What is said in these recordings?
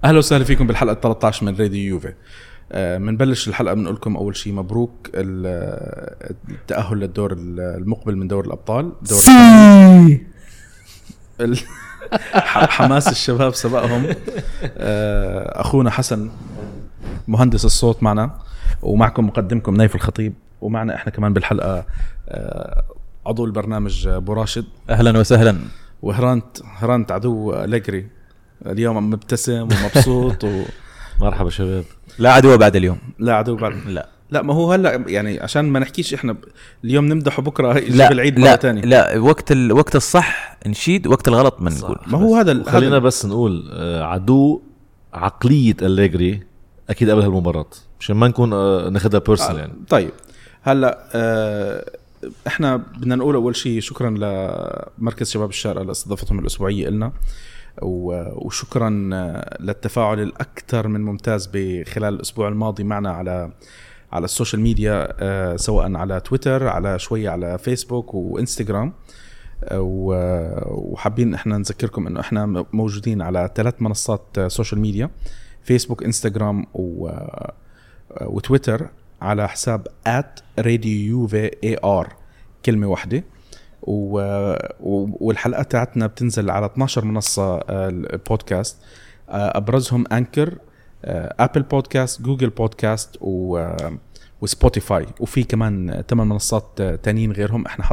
اهلا وسهلا فيكم بالحلقه 13 من راديو يوفي. منبلش الحلقه بنقول لكم اول شيء مبروك التاهل للدور المقبل من دور الابطال. دور حماس الشباب سبقهم. اخونا حسن مهندس الصوت معنا، ومعكم مقدمكم نايف الخطيب، ومعنا احنا كمان بالحلقه عضو البرنامج ابو راشد. اهلا وسهلا. وهرانت عدو أليجري اليوم مبتسم ومبسوط مرحبا شباب. لا عدو بعد اليوم. لا عدو بعد. لا ما هو هلا يعني عشان ما نحكيش احنا اليوم نمدحه بكره يجي بالعيد مره ثانيه. لا وقت الصح نشيد، وقت الغلط ما نقول. ما هو هذا خلينا بس نقول عدو عقليه أليجري اكيد قبل هالمباراه مشان ما نكون ناخذها بيرسونال يعني. طيب هلا احنا بدنا نقول اول شيء شكرا لمركز شباب الشارقة لاستضافتهم الاسبوعيه لنا، وشكرا للتفاعل الاكثر من ممتاز بخلال الاسبوع الماضي معنا على السوشيال ميديا، سواء على تويتر، على شويه على فيسبوك وانستغرام. وحابين احنا نذكركم انه احنا موجودين على 3 منصات سوشيال ميديا: فيسبوك، انستغرام وتويتر، على حساب @radioUVAR كلمة واحدة. والحلقات تاعتنا بتنزل على 12 منصة البودكاست، أبرزهم أنكر، أبل بودكاست، جوجل بودكاست وسبوتيفاي، وفي كمان 8 منصات تانيين غيرهم احنا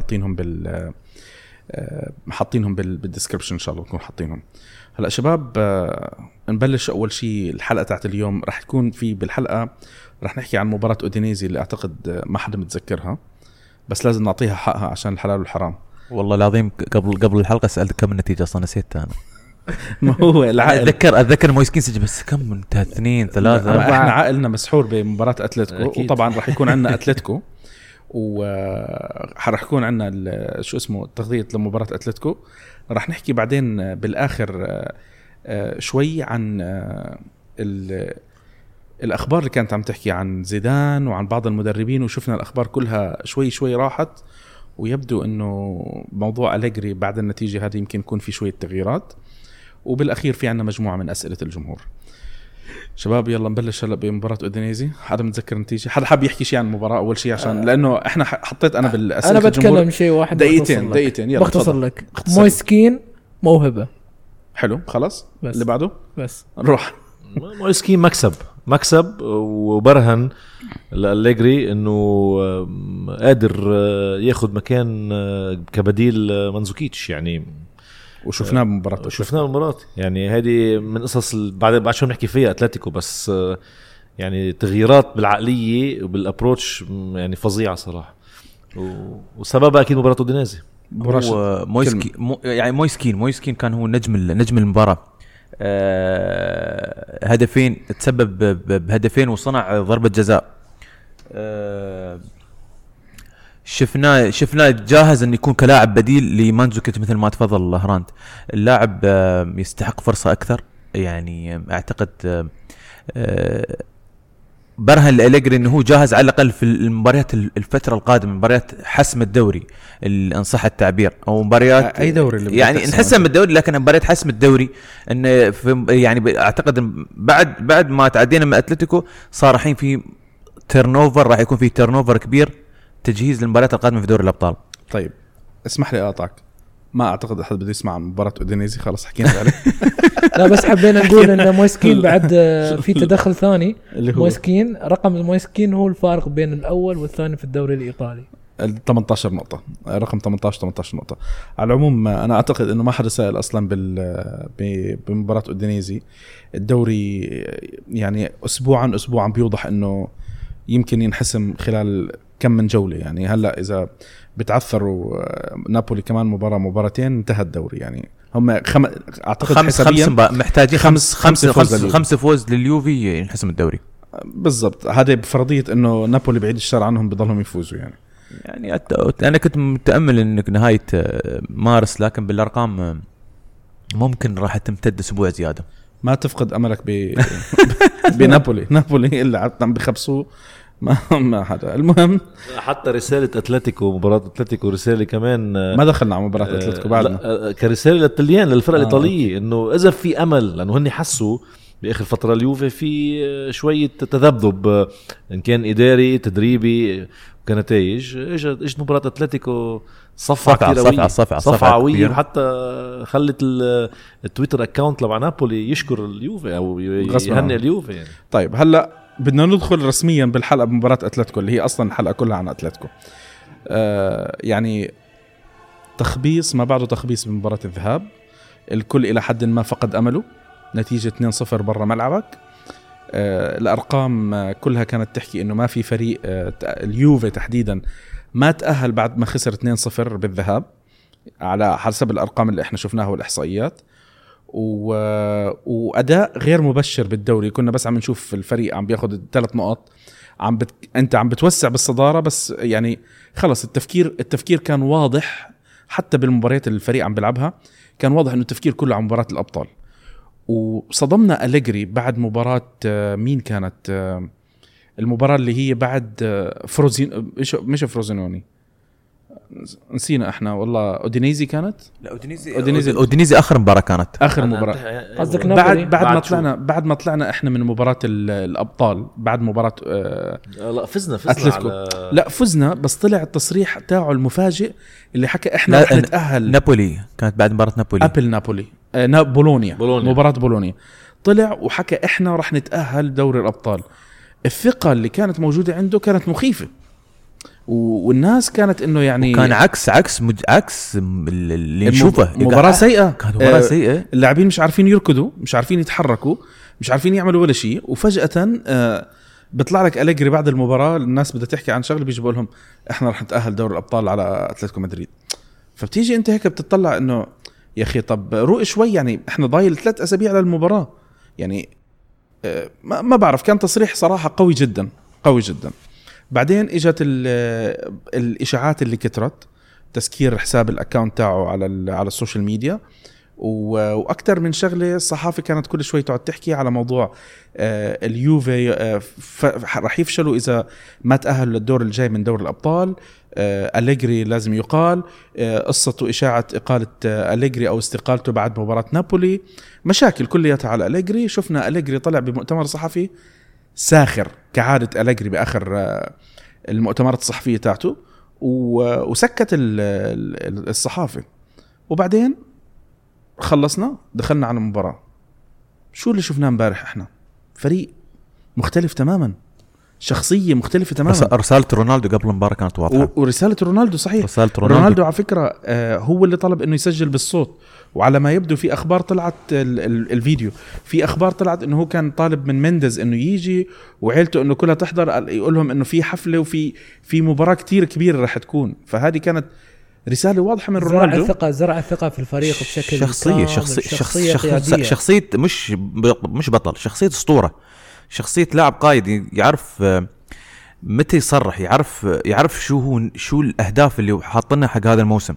حاطينهم بالديسكريبشن، إن شاء الله نكون حاطينهم. هلأ شباب نبلش أول شيء. الحلقة تاعت اليوم رح تكون في بالحلقة رح نحكي عن مباراة أودينيزي اللي أعتقد ما حدا متذكرها، بس لازم نعطيها حقها عشان الحلال والحرام. والله العظيم قبل الحلقة سألت كم النتيجة، أصلا نسيتها أنا. ما هو العائل أتذكر مويسكين سجل، بس كم انتهى 2 3 4. احنا عائلنا مسحور بمباراة أتلتيكو، وطبعا رح يكون عندنا أتلتيكو ورح يكون عندنا شو اسمه تغطية لمباراة أتلتيكو. رح نحكي بعدين بالآخر شوي عن الأخبار اللي كانت عم تحكي عن زيدان وعن بعض المدربين، وشفنا الأخبار كلها شوي راحت، ويبدو أنه موضوع أليجري بعد النتيجة هذه يمكن يكون في شوية تغييرات. وبالأخير في عنا مجموعة من أسئلة الجمهور. شباب يلا نبلش هلا بمباراة أودينيزي. حدا متذكر النتيجة؟ حدا حاب يحكي شيء عن المباراة أول شيء؟ عشان لأنه إحنا حطيت أنا بالأسئلة أنا بتكلم شيء واحد دقيقتين يلا بختصر لك. مويسكين موهبة. حلو خلاص بس. اللي بعده بس نروح. مويسكين مكسب وبرهن لأليجري انه قادر ياخد مكان كبديل منزوكيتش يعني. وشفناه بمباراة يعني هذه من قصص بعد شو نحكي فيها أتلتيكو، بس يعني تغييرات بالعقلية وبالابروتش يعني فظيعة صراحة، وسببها اكيد مباراة أودينيزي. مويسكين كان هو نجم المباراة. هدفين تسبب بهدفين وصنع ضربة جزاء. شفناه جاهز أن يكون كلاعب بديل لمانزوكيتش مثل ما تفضل هرانت. اللاعب يستحق فرصة أكثر يعني. أعتقد برهن لأليجري أنه هو جاهز على الأقل في المباريات الفترة القادمة، مباريات حسم الدوري اللي أنصح التعبير، أو مباريات أي دوري اللي يعني نحسم الدوري، لكن مباريات حسم الدوري إن يعني أعتقد بعد ما تعدينا من أتلتيكو صار الحين في تيرنوفر، راح يكون في تيرنوفر كبير تجهيز للمباريات القادمة في دوري الأبطال. طيب اسمح لي أقطعك، ما أعتقد أحد بده يسمع عن مباراة أودينيزي، خلاص حكينا عليه. لا بس حبينا نقول إن مويسكين بعد في تدخل ثاني. مويسكين رقم المويسكين هو الفارق بين الأول والثاني في الدوري الإيطالي، 18 نقطة، رقم 18 نقطة. على العموم أنا أعتقد إنه ما حدا سأل أصلا بمباراة أودينيزي. الدوري يعني أسبوعا بيوضح إنه يمكن ينحسم خلال كم من جولة يعني. هلأ إذا بتعثروا نابولي كمان مباراتين انتهى الدوري يعني. هم أعتقد حسابيا محتاجين خمس فوز لليوفي ينحسم الدوري بالضبط. هذا بفرضية إنه نابولي بعيد الشر عنهم بضلهم يفوزوا يعني. أنا كنت متأمل إنك نهاية مارس، لكن بالأرقام ممكن راح تمتد أسبوع زيادة. ما تفقد أملك بنابولي اللي عم بخبصوه ما حدا. المهم حتى رسالة أتلتيكو، مباراة أتلتيكو رسالة كمان ما دخلنا على مباراة أتلتيكو بعدنا، كرسالة للطليان للفرق الإيطالية إنه إذا في أمل، لأنه هني حسوا باخر فتره اليوفي في شويه تذبذب ان كان اداري تدريبي كنتائج. اجت مباراه اتلتيكو صفعه قويه حتى خلت التويتر اكاونت تبع نابولي يشكر اليوفي او يهنئ اليوفي يعني. طيب هلا بدنا ندخل رسميا بالحلقه بمباراه اتلتيكو اللي هي اصلا الحلقه كلها عن اتلتيكو. يعني تخبيص ما بعده تخبيص بمباراه الذهاب. الكل الى حد ما فقد امله، نتيجه 2-0 برا ملعبك. الارقام كلها كانت تحكي انه ما في فريق اليوفي تحديدا ما تأهل بعد ما خسر 2-0 بالذهاب على حسب الارقام اللي احنا شفناها والاحصائيات. واداء غير مبشر بالدوري. كنا بس عم نشوف الفريق عم بياخد 3 نقاط، انت عم بتوسع بالصداره، بس يعني خلص التفكير كان واضح. حتى بالمباريات اللي الفريق عم بيلعبها كان واضح انه التفكير كله عن مباراه الابطال. وصدمنا أليجري بعد مباراة مين كانت المباراة اللي هي بعد مش فروزينوني، نسينا احنا والله. اودينيزي كانت؟ لا اودينيزي اخر مباراة كانت اخر مباراة. قصدك بعد ما طلعنا احنا من مباراة الابطال بعد مباراة لا فزنا لا فزنا، بس طلع التصريح تاعه المفاجئ اللي حكى احنا رح نتأهل. نابولي كانت بعد مباراة نابولي بولونيا. مباراة بولونيا طلع وحكى احنا رح نتأهل دوري الابطال. الثقة اللي كانت موجودة عنده كانت مخيفة، والناس كانت انه يعني كان عكس اللي نشوفه. مباراة سيئة، كانت مباراة سيئة. اللاعبين مش عارفين يركضوا، مش عارفين يتحركوا، مش عارفين يعملوا ولا شيء. وفجأة بيطلع لك أليجري بعد المباراة، الناس بدها تحكي عن شغله، بيجي بقول لهم احنا رح نتأهل دوري الابطال على اتلتيكو مدريد. فبتيجي انت هيك بتطلع انه يا اخي طب روق شوي، يعني احنا ضايل 3 أسابيع للمباراة يعني. ما بعرف، كان تصريح صراحة قوي جدا قوي جدا. بعدين اجت الاشاعات اللي كترت، تسكير حساب الاكاونت تاعه على السوشيال ميديا، واكثر من شغله. الصحافه كانت كل شوي تقعد تحكي على موضوع اليوفي راح يفشلوا اذا ما تاهلوا للدور الجاي من دور الابطال. أليجري لازم يقال. قصة وإشاعة إقالة أليجري أو استقالته بعد مباراة نابولي. مشاكل كلياتها على أليجري. شفنا أليجري طلع بمؤتمر صحفي ساخر كعادة أليجري بآخر المؤتمرات الصحفية تاعته، وسكت الصحافة. وبعدين خلصنا دخلنا على المباراة. شو اللي شفناه امبارح؟ احنا فريق مختلف تماما، شخصية مختلفة تماما. رسالة رونالدو قبل المباراة كانت واضحة. ورسالة رونالدو صحيح. رسالة رونالدو على فكرة هو اللي طلب انه يسجل بالصوت. وعلى ما يبدو في اخبار طلعت الفيديو، في اخبار طلعت انه هو كان طالب من مينديز انه يجي وعيلته انه كلها تحضر، يقول لهم انه في حفلة وفي مباراة كتير كبيرة رح تكون. فهذه كانت رسالة واضحة من رونالدو. زرع الثقة في الفريق بشكل شخصية مش بطل، شخصية أسطورة، شخصية لاعب قائد يعرف متى يصرح، يعرف شو الأهداف اللي حاطينها حق هذا الموسم.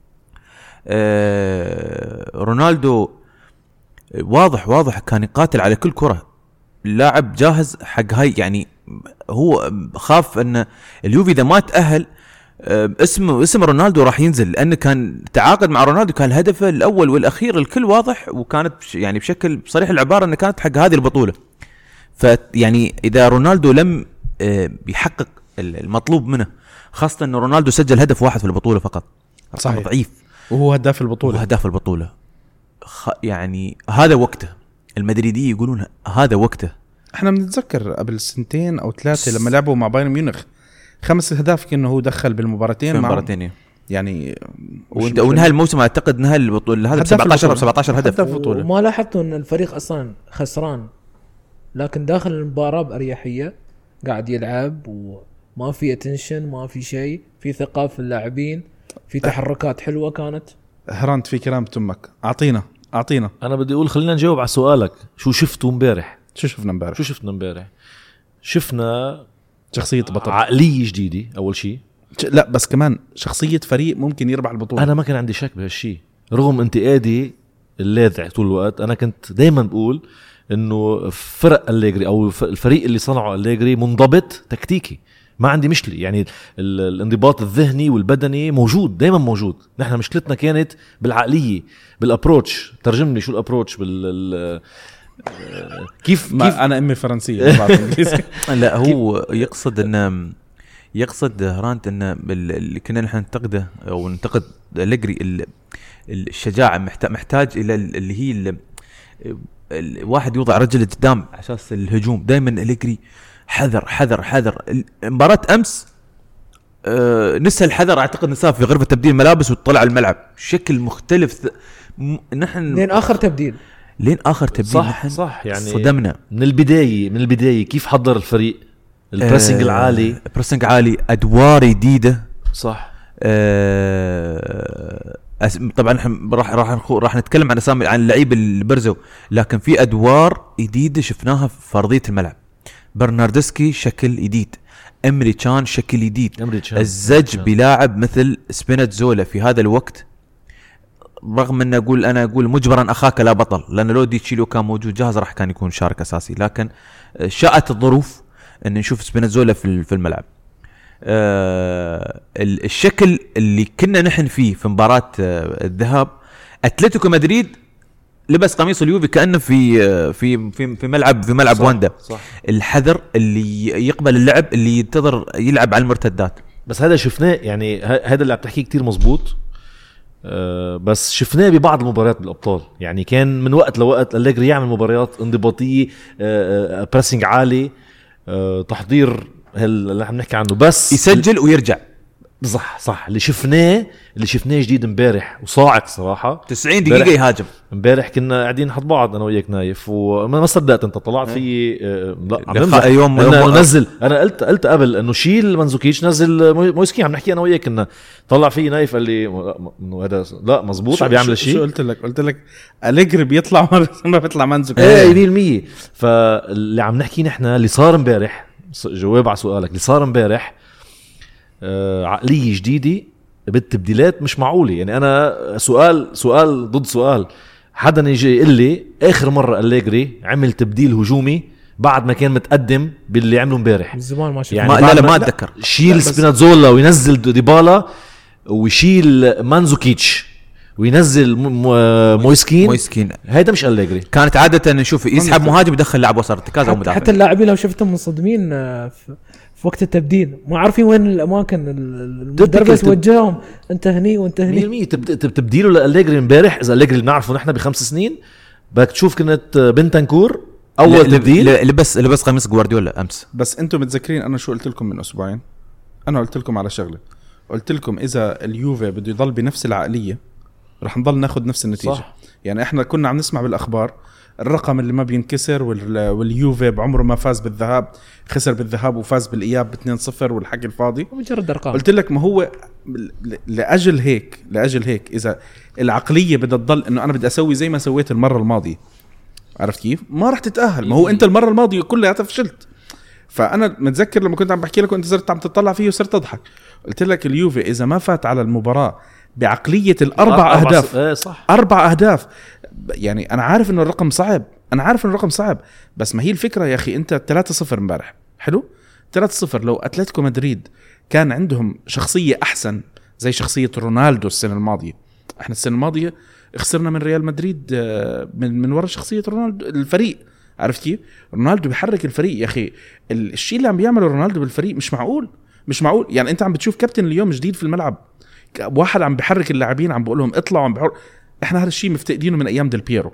رونالدو واضح كان يقاتل على كل كرة، اللاعب جاهز حق هاي. يعني هو خاف ان اليوفي اذا ما تأهل اسم رونالدو راح ينزل، لأنه كان تعاقد مع رونالدو، كان هدفه الأول والأخير الكل واضح، وكانت يعني بشكل صريح العبارة أنه كانت حق هذه البطولة. فيعني إذا رونالدو لم يحقق المطلوب منه، خاصة أن رونالدو سجل هدف واحد في البطولة فقط، صحيح، ضعيف، وهو هداف البطولة. يعني هذا وقته. المدريدية يقولون هذا وقته. احنا بنتذكر قبل 2 أو 3 لما لعبوا مع بايرن ميونخ 5 أهداف كأنه هو دخل بالمباراتين يعني. ونهاية الموسم اعتقد نهاية البطولة هذا 17 هدف. وما لاحظتوا ان الفريق اصلا خسران، لكن داخل المباراة بأريحية قاعد يلعب، وما في اتنشن، ما في شيء، في ثقة في اللاعبين، في تحركات حلوة كانت. هرانت في كلام تمك، اعطينا. انا بدي اقول خلينا نجاوب على سؤالك. شو شفتوا امبارح؟ شو شفنا امبارح؟ شفنا شخصية بطل، عقلية جديدة أول شيء. لا بس كمان شخصية فريق ممكن يربح البطولة. أنا ما كان عندي شك بهالشيء رغم انتقادي اللاذع طول الوقت. أنا كنت دايما بقول إنه فرق أليجري أو الفريق اللي صنعه أليجري منضبط تكتيكي، ما عندي مشكلة. يعني الانضباط الذهني والبدني موجود، دايما موجود. نحن مشكلتنا كانت بالعقلية، بالابروتش. ترجم لي شو الابروتش كيف انا امي فرنسيه بعرف انجليزي. لا هو يقصد هرانت ان اللي كنا نحن ننتقده او ننتقد أليجري الشجاعه محتاج الى اللي هي الواحد يوضع رجل قدام على اساس الهجوم. دائما أليجري حذر حذر حذر. مباراة امس نسى الحذر، اعتقد نساه في غرفه تبديل ملابس وطلع الملعب شكل مختلف. نحن لين اخر تبديل صح يعني صدمنا من البدايه كيف حضر الفريق البريسنج العالي، بريسنج عالي، ادوار جديده صح. طبعا راح نتكلم عن اسامي عن اللعيبه اللي برزوا، لكن في ادوار جديده شفناها في ارضيه الملعب. برناردسكي شكل جديد، امري تشان شكل جديد، الزج بلاعب مثل سبيناتزولا في هذا الوقت، رغم ان انا اقول مجبرا اخاك لا بطل، لان لو ديتشيلو كان موجود جاهز راح كان يكون شارك اساسي، لكن شاءت الظروف ان نشوف سبيناتزولا في الملعب. الشكل اللي كنا نحن فيه في مباراة الذهاب، اتلتيكو مدريد لبس قميص اليوفي كأنه في ملعب صح واندا صح. الحذر اللي يقبل اللعب، اللي ينتظر يلعب على المرتدات. بس هذا شفناه، يعني هذا اللي عم تحكيه كتير مزبوط. بس شفناه ببعض المباريات بالأبطال، يعني كان من وقت لوقت أليجري يعمل مباريات انضباطية، بريسنج عالي، تحضير اللي عم نحكي عنه، بس يسجل ويرجع. صح اللي شفناه جديد امبارح وصاعق صراحه. 90 دقيقه يهاجم. امبارح كنا قاعدين نحط بعض انا وياك نايف، وما صدقت انت طلعت في لا عم نمزح يوم نزل. انا قلت قبل انه شيل منزوكيتش نزل مويسكي، عم نحكي انا وياك كنا طلع في نايف قال لي انه هذا لا مزبوط عم بيعمل شيء. شو قلت لك أليجري بيطلع ما بيطلع منزوكيتش. ايه 100%. فاللي عم نحكي نحن اللي صار امبارح، جواب على سؤالك، اللي صار امبارح عقلية جديدة بالتبديلات مش معقولة. يعني أنا سؤال ضد سؤال، حدا يجي يقول لي آخر مرة أليجري عمل تبديل هجومي بعد ما كان متقدم باللي عمله امبارح؟ زمان ما شفت يعني ما أتذكر. شيل سبيناتزولا وينزل ديبالا، ويشيل مانزوكيتش وينزل مويسكين. هيدا مش أليجري. كانت عادة نشوف يسحب مهاجم يدخل لاعب وسط ارتكاز او مدافع. حتى اللاعبين لو شفتهم منصدمين في وقت التبديل، ما عارفين وين الاماكن، المدرب يوجههم انت هني وانت هني. تبديله لأليجري امبارح، اذا أليجري بنعرفه نحن ب5 سنين بدك تشوف كانت بنتنكور اول تبديل اللي بس قميص جوارديولا امس. بس انتم متذكرين انا شو قلت لكم من اسبوعين؟ انا قلت لكم على شغله، قلت لكم اذا اليوفي بده يضل بنفس العقليه رح نضل ناخد نفس النتيجه صح. يعني احنا كنا عم نسمع بالاخبار الرقم اللي ما بينكسر، واليوفي بعمره ما فاز بالذهاب، خسر بالذهاب وفاز بالاياب 2-0 والحكي الفاضي مجرد ارقام. قلت لك ما هو لاجل هيك اذا العقليه بدها تضل انه انا بدي اسوي زي ما سويت المره الماضيه، عرفت كيف؟ ما رح تتاهل. ما هو انت المره الماضيه كلها فشلت. فانا متذكر لما كنت عم بحكي لك وانت صرت عم تطلع فيه وصرت تضحك، قلت لك اليوفي اذا ما فات على المباراه بعقليه الاربع اهداف صح. 4 أهداف، يعني انا عارف انه الرقم صعب، بس ما هي الفكره يا اخي. انت 3-0 امبارح حلو، 3-0. لو اتلتيكو مدريد كان عندهم شخصيه احسن زي شخصيه رونالدو السنه الماضيه، احنا السنه الماضيه خسرنا من ريال مدريد من وراء شخصيه رونالدو الفريق، عرفت كيف؟ رونالدو بيحرك الفريق يا اخي. الشيء اللي عم بيعمله رونالدو بالفريق مش معقول. يعني انت عم بتشوف كابتن اليوم جديد في الملعب، واحد عم بيحرك اللاعبين، عم بقول لهم اطلعوا، عم بحر. احنا هذا الشيء مفتقدينه من ايام ديل بيرو،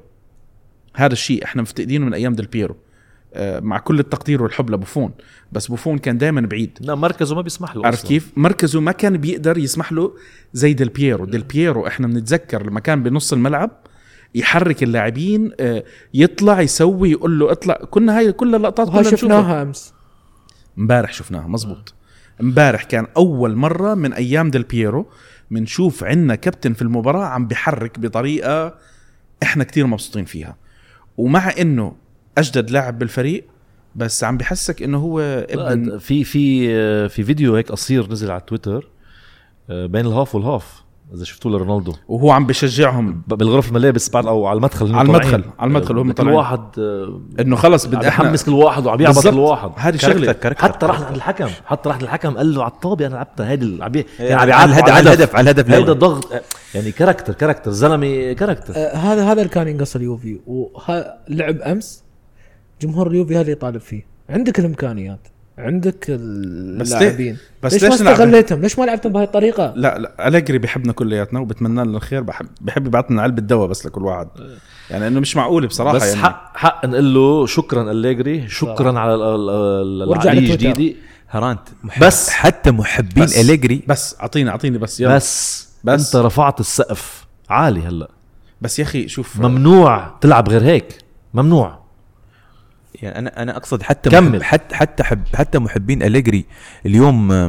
مع كل التقدير والحب لبوفون، بس بوفون كان دائما بعيد. لا مركزه ما بيسمح له، عرفت كيف؟ مركزه ما كان بيقدر يسمح له زي ديل بيرو احنا بنتذكر لما كان بنص الملعب يحرك اللاعبين، يطلع يسوي، يقول له اطلع. كنا هاي كل اللقطات كلها شفناها امس، امبارح شفناها مزبوط. امبارح كان اول مره من ايام ديل بيرو منشوف عنا كابتن في المباراه عم بيحرك بطريقه احنا كتير مبسوطين فيها، ومع انه اجدد لاعب بالفريق بس عم بيحسك انه هو ابن. في فيديو هيك قصير نزل على تويتر بين الهاف والهاف، اذا شفتوا لرونالدو وهو عم بشجعهم بالغرف الملابس بعد او على المدخل على المدخل وهم طالعين واحد انه خلص بدي احمس كل واحد وعم يعبط كل واحد. هذه شغله حتى راح عند الحكم قال له على الطابه انا لعبتها هيدي على الهدف هيدا ضغط يعني كاركتر زلمه كاركتر. هذا اللي كان ينقص اليوفي ولعب امس جمهور اليوفي هذا يطالب فيه. عندك الامكانيات عندك اللاعبين بس ليش ما استغليتهم؟ ليش ما لعبتهم بهاي الطريقه؟ لا أليجري بيحبنا كلياتنا وبتمنى لنا الخير. بحب يبعثنا علبة الدواء بس لكل واحد يعني انه مش معقول بصراحه. بس يعني حق نقول له شكرا أليجري شكرا على العقليه الجديده هرانت بس حتى محبين أليجري بس اعطيني بس يلا بس انت رفعت السقف عالي هلا. بس يا اخي شوف ممنوع تلعب غير هيك ممنوع. يعني انا اقصد حتى حتى محبين أليجري اليوم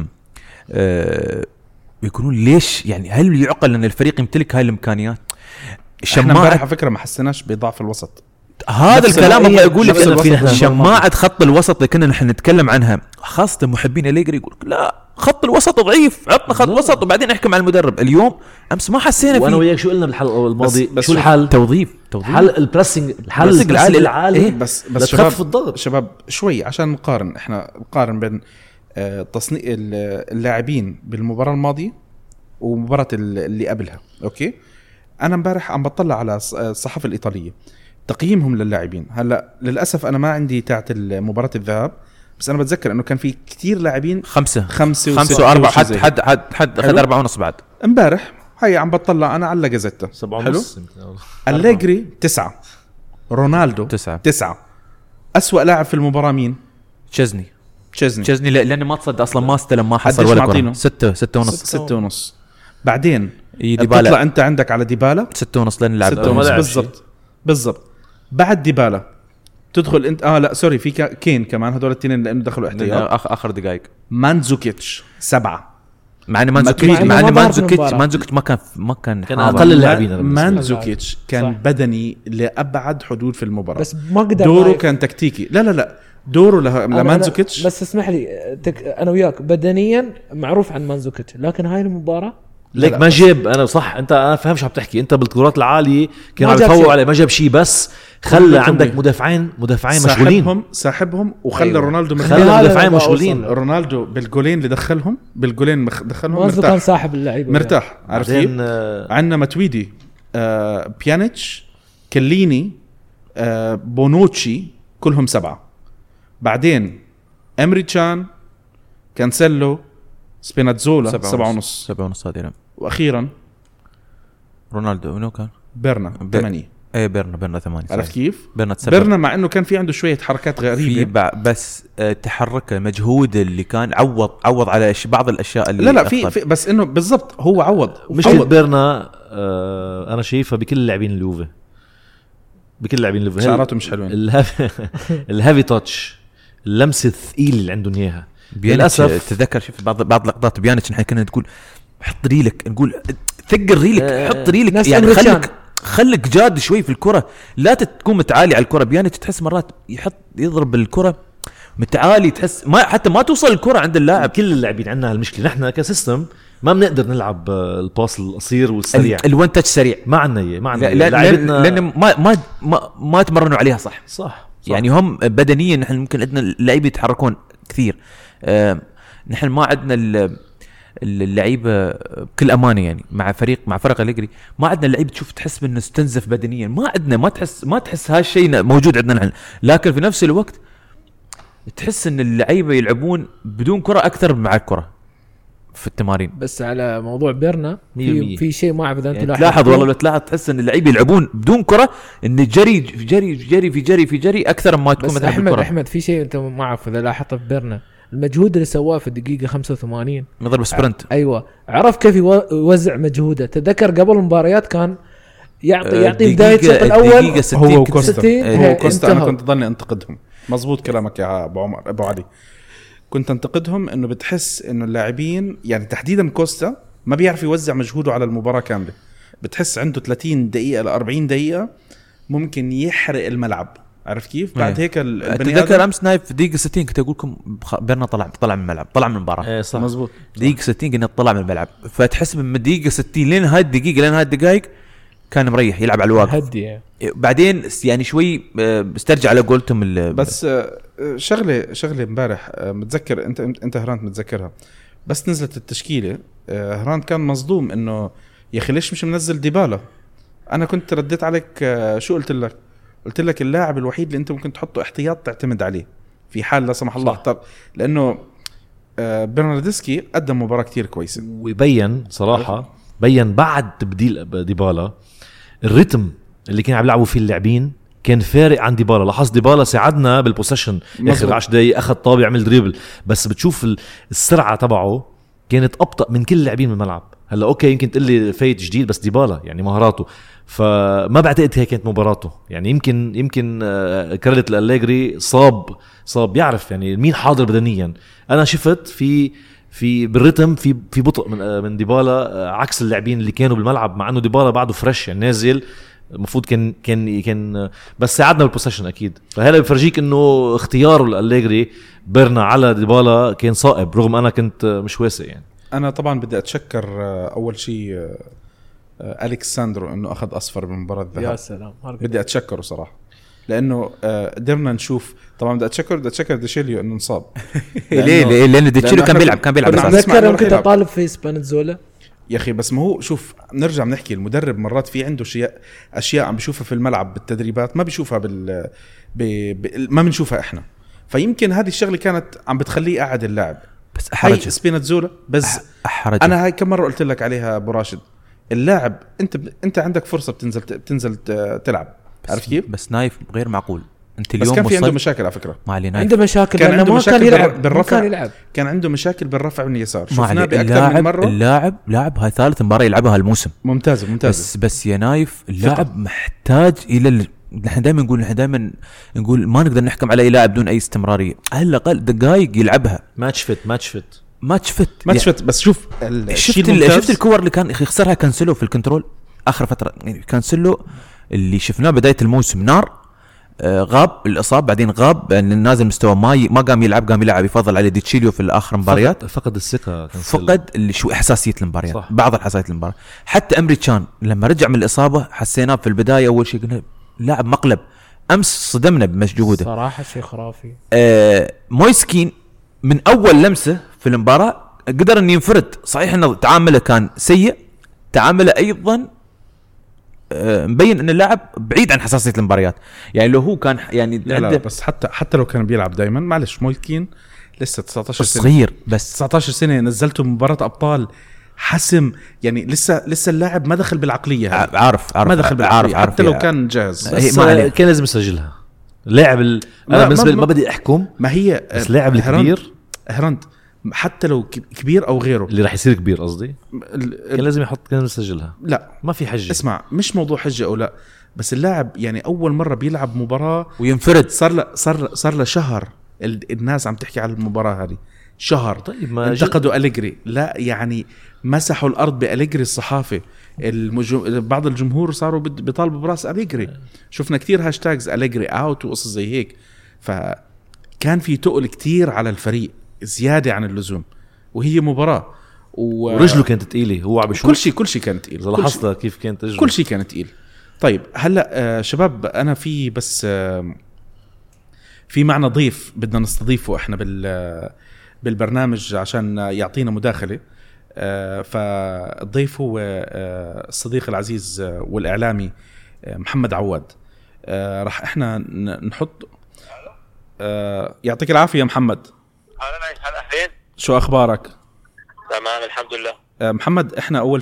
يكونون ليش يعني هل يعقل ان الفريق يمتلك هاي الامكانيات؟ شماعة على فكره ما حسناش بضعف الوسط. هذا الكلام ابغى اقول لك شماعة خط الوسط اللي كنا نحن نتكلم عنها خاصه محبين أليجري يقول لا خط الوسط ضعيف عطنا خط وسط وبعدين نحكم على المدرب. اليوم امس ما حسينا فيه. وانا وياك شو قلنا بالحلقه الماضيه شو الحل؟ توظيف حل البريسنج العالي إيه؟ بس تخفف الضغط. شباب شوي عشان نقارن بين تصنيع اللاعبين بالمباراه الماضيه ومباراه اللي قبلها. اوكي انا امبارح عم بطلع على الصحافه الايطاليه تقييمهم للاعبين. هلا للاسف انا ما عندي تاعه مباراه الذهاب بس انا بتذكر انه كان في كتير لاعبين 5 و4 حد اخذ 4.5 بعد امبارح. هاي عم بطلع انا على جازيتا 7.5. أليجري 9 رونالدو 9 أسوأ لاعب في المباراة مين؟ تشيزني لأنه ما تصدق أصلا ما استلم ما حصل ولا كرة 6.5 بعدين ديبالا تطلع أنت عندك على ديبالا 6.5 لأن لعب بالضبط بعد ديبالا تدخل أنت لا سوري في كين كمان هذول الاثنين لأنه دخلوا احتياط آخر دقائق. مانزوكيتش 7 مع ان مانزوكيتش ما كان اقل اللاعبين. مانزوكيتش كان صح. بدني لابعد حدود في المباراه بس ما قدر دوره كان تكتيكي. لا دوره لمانزوكيتش. بس اسمح لي انا وياك بدنيا معروف عن مانزوكيتش لكن هاي المباراه ليك ما جاب. انا صح انت فاهم شو عم تحكي. انت بالكرات العاليه كان عم يفوق عليه ما جاب شيء بس خلى عندك مدافعين مشغولين ساحبهم وخلى رونالدو خلى مدافعين مشغولين. رونالدو بالجولين اللي دخلهم مرتاح كان صاحب اللعيبه مرتاح. عارف كيف عندنا ماتويدي بيانيتش كليني بونوتشي كلهم 7. بعدين امري تشان كانسيلو سبيناتزولا 7.5 هذه. واخيرا رونالدو منو كان؟ بيرنا 8. ايه بيرنا 8. عرفت كيف؟ بيرنا مع انه كان في عنده شويه حركات غريبه بس تحركه مجهود اللي كان عوض على بعض الاشياء اللي لا في بس انه بالضبط هو عوض. مش بيرنا انا شايفها بكل اللاعبين اليوفي شعراته مش حلوين. الهافي تاتش اللمسه الثقيله اللي عندهم اياها. للاسف تذكر شفت بعض لقطات بيانيتش نحن كنا نقول حط ريلك نقول ثقل ريلك حط ريلك يعني خليك جاد شوي في الكرة لا تكون متعالي على الكرة. بيانيتش تحس مرات يضرب الكرة متعالي تحس حتى ما توصل الكرة عند اللاعب. كل اللاعبين عندنا هالمشكلة نحن كسيستم ما بنقدر نلعب الباص القصير والسريع الوان تاتش سريع ما عندنا لأن ما تمرنوا عليها صح. يعني هم بدنيا نحن ممكن عندنا اللعيبه يتحركون كثير. نحن ما عندنا اللعيبه بكل امانه يعني مع فرق أليجري ما عندنا اللعيبه تحس انه استنزف بدنيا. ما عندنا ما تحس هالشيء موجود عندنا نحن. لكن في نفس الوقت تحس ان اللعيبه يلعبون بدون كره اكثر مع الكره في التمارين. بس على موضوع بيرنا في شيء ما اعرف اذا انت تلاحظ والله تلاحظ تحس ان اللعيبه يلعبون بدون كره ان جري اكثر ما تكون مثلا احمد في شيء انت ما اعرف اذا لاحظته في بيرنا المجهود اللي سواه في الدقيقه 85 نضرب سبرنت. ايوه عرف كيف يوزع مجهوده. تذكر قبل المباريات كان يعطي بدايه الشوط الاول هو كوستا انا كنت ظني انتقدهم. مزبوط كلامك يا ابو علي. كنت انتقدهم انه بتحس انه اللاعبين يعني تحديدا كوستا ما بيعرف يوزع مجهوده على المباراه كامله. بتحس عنده 30 دقيقه ل 40 دقيقه ممكن يحرق الملعب. عرف كيف بعد هيك تذكر امس نايف في دقيقه 60 كنت اقول لكم بيرنا طلع من الملعب، طلع من المباراه. صح مزبوط. دقيقه 60 قلنا طلع من الملعب، فتحسب من دقيقه 60 لين هاي الدقيقه لين هاي الدقائق كان مريح يلعب على الواقف. هدي بعدين يعني شوي استرجع على قولتهم بس شغله امبارح متذكر انت هرانت متذكرها، بس نزلت التشكيله هرانت كان مصدوم انه يا اخي ليش مش منزل ديبالا. انا كنت رديت عليك شو قلت لك اللاعب الوحيد اللي انت ممكن تحطه احتياط تعتمد عليه في حال لا سمح الله احتر، لانه برناردسكي قدم مباراه كتير كويسه ويبين صراحه بين بعد تبديل ديبالا الريتم اللي كان عم يلعبوا فيه اللاعبين كان فارق عن ديبالا. لاحظ ديبالا ساعدنا بالبوسيشن اخر 10 دقايق، اخذ طابع عمل دريبل، بس بتشوف السرعه تبعه كانت ابطا من كل اللاعبين بالملعب. هلا اوكي يمكن تقول لي فايت جديد، بس ديبالا يعني مهاراته، فما بعتقد هيك كانت مباراته. يعني يمكن كرلت الأليجري صاب يعرف يعني مين حاضر بدنيا. انا شفت في بالرتم في بطء من ديبالا عكس اللاعبين اللي كانوا بالملعب، مع انه ديبالا بعده فريش يعني نازل، المفروض كان بس ساعدنا بالبوسيشن اكيد. فهلا بفرجيك انه اختياره الأليجري بيرنا على ديبالا كان صائب، رغم انا كنت مش واسع. يعني انا طبعا بدي اتشكر اول شيء ألكساندرو انه اخذ اصفر بالمباراه الذهاب. يا سلام بدي اتشكره صراحه، لانه قدرنا نشوف. طبعا بدي اتشكر ديشيليو انه انصاب. ليه لانه ديشيليو كان بيلعب اتذكر كنت طالب في سبانيتزولا يا اخي. بس ما هو شوف، نرجع بنحكي المدرب مرات في عنده اشياء عم بيشوفها في الملعب بالتدريبات ما بيشوفها ما بنشوفها احنا. فيمكن هذه الشغله كانت عم بتخليه قاعد اللاعب. بس احرج سبيناتزولا بس أحرج. انا هاي كم مره قلت لك عليها ابو راشد، اللاعب انت عندك فرصه بتنزل تلعب، عارف كيف؟ بس نايف غير معقول. انت اليوم بس كان في عنده مشاكل على فكره، ما علينا عنده مشاكل، كان عنده مشاكل بالرفع، كان عنده مشاكل بالرفع من اليسار. شفناه باكثر من مره. اللاعب هاي ثالث مباراه يلعبها الموسم. ممتاز. بس يا نايف اللاعب محتاج الى نحن دائما نقول ما نقدر نحكم على اي لاعب بدون اي استمراريه. على الاقل دقائق يلعبها. ماتش فت. بس شوف شفت الكور اللي كان يخسرها كانسلو في الكنترول اخر فتره. يعني كانسلو اللي شفناه بدايه الموسم نار، غاب الاصابه، بعدين غاب نازل مستوى، ما قام يلعب يفضل على ديتشيليو في الاخر مباريات. فقد الثقه، فقد شو احساسيه المباريات. بعض الحساسيات المباراه. حتى امريكان لما رجع من الاصابه حسيناه في البدايه اول شيء قلنا لاعب مقلب. امس صدمنا بمجهوده صراحه، شيء خرافي. مويسكين من اول لمسه في المباراه قدر ان ينفرد. صحيح انه تعامله كان سيء، تعامله ايضا مبين ان اللاعب بعيد عن حساسيه المباريات. يعني لو هو كان يعني لا بس حتى لو كان بيلعب دائما، معلش مويسكين لسه 19 سنه صغير، بس 19 سنه نزلته مباراه ابطال حسم. يعني لسه اللاعب ما دخل بالعقليه. عارف ما دخل بالعقليه حتى لو كان جاهز. كان لازم يسجلها لاعب انا بالنسبه ما بدي احكم، ما هي بس لاعب الكبير هرنت حتى لو كبير او غيره اللي راح يصير كبير قصدي كان لازم كان يسجلها. لا ما في حجه. اسمع، مش موضوع حجه او لا، بس اللاعب يعني اول مره بيلعب مباراه وينفرد. صار له شهر الناس عم تحكي على المباراه هذه شهر. طيب ما انتقدوا أليجري، لا يعني مسحوا الارض بأليجري. الصحافه بعض الجمهور صاروا بيطالبوا براس أليجري. شفنا كتير هاشتاجز أليجري اوت وقصص زي هيك. فكان في تقل كتير على الفريق زياده عن اللزوم، وهي مباراه ورجله كانت تقيله. هو عم بشوف كل شيء كان تقيل. لاحظت كيف كانت رجله، كل شيء كان تقيل. طيب هلا شباب، انا في بس في معنا ضيف بدنا نستضيفه احنا بالبرنامج عشان يعطينا مداخله. فالضيف هو الصديق العزيز والاعلامي محمد عواد. راح احنا نحط يعطيك العافيه يا محمد. هلا أهلين، شو أخبارك؟ تمام الحمد لله. محمد، إحنا أول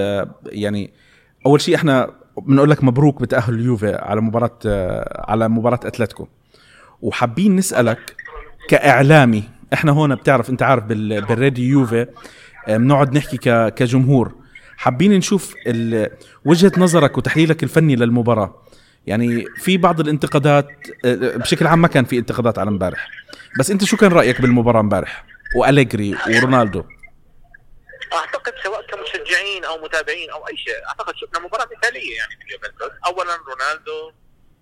شيء إحنا بنقول لك مبروك بتأهل اليوفي على مباراة أتلتيكو، وحابين نسألك كإعلامي. إحنا هون بتعرف، أنت عارف بالراديو يوفي بنقعد نحكي كجمهور. حابين نشوف وجهة نظرك وتحليلك الفني للمباراة. يعني في بعض الانتقادات بشكل عام، ما كان في انتقادات على امبارح، بس انت شو كان رأيك بالمباراة امبارح وأليجري ورونالدو؟ اعتقد سواء كمشجعين او متابعين او اي شيء، اعتقد شفنا مباراة مثالية يعني من اليوفنتوس. اولا رونالدو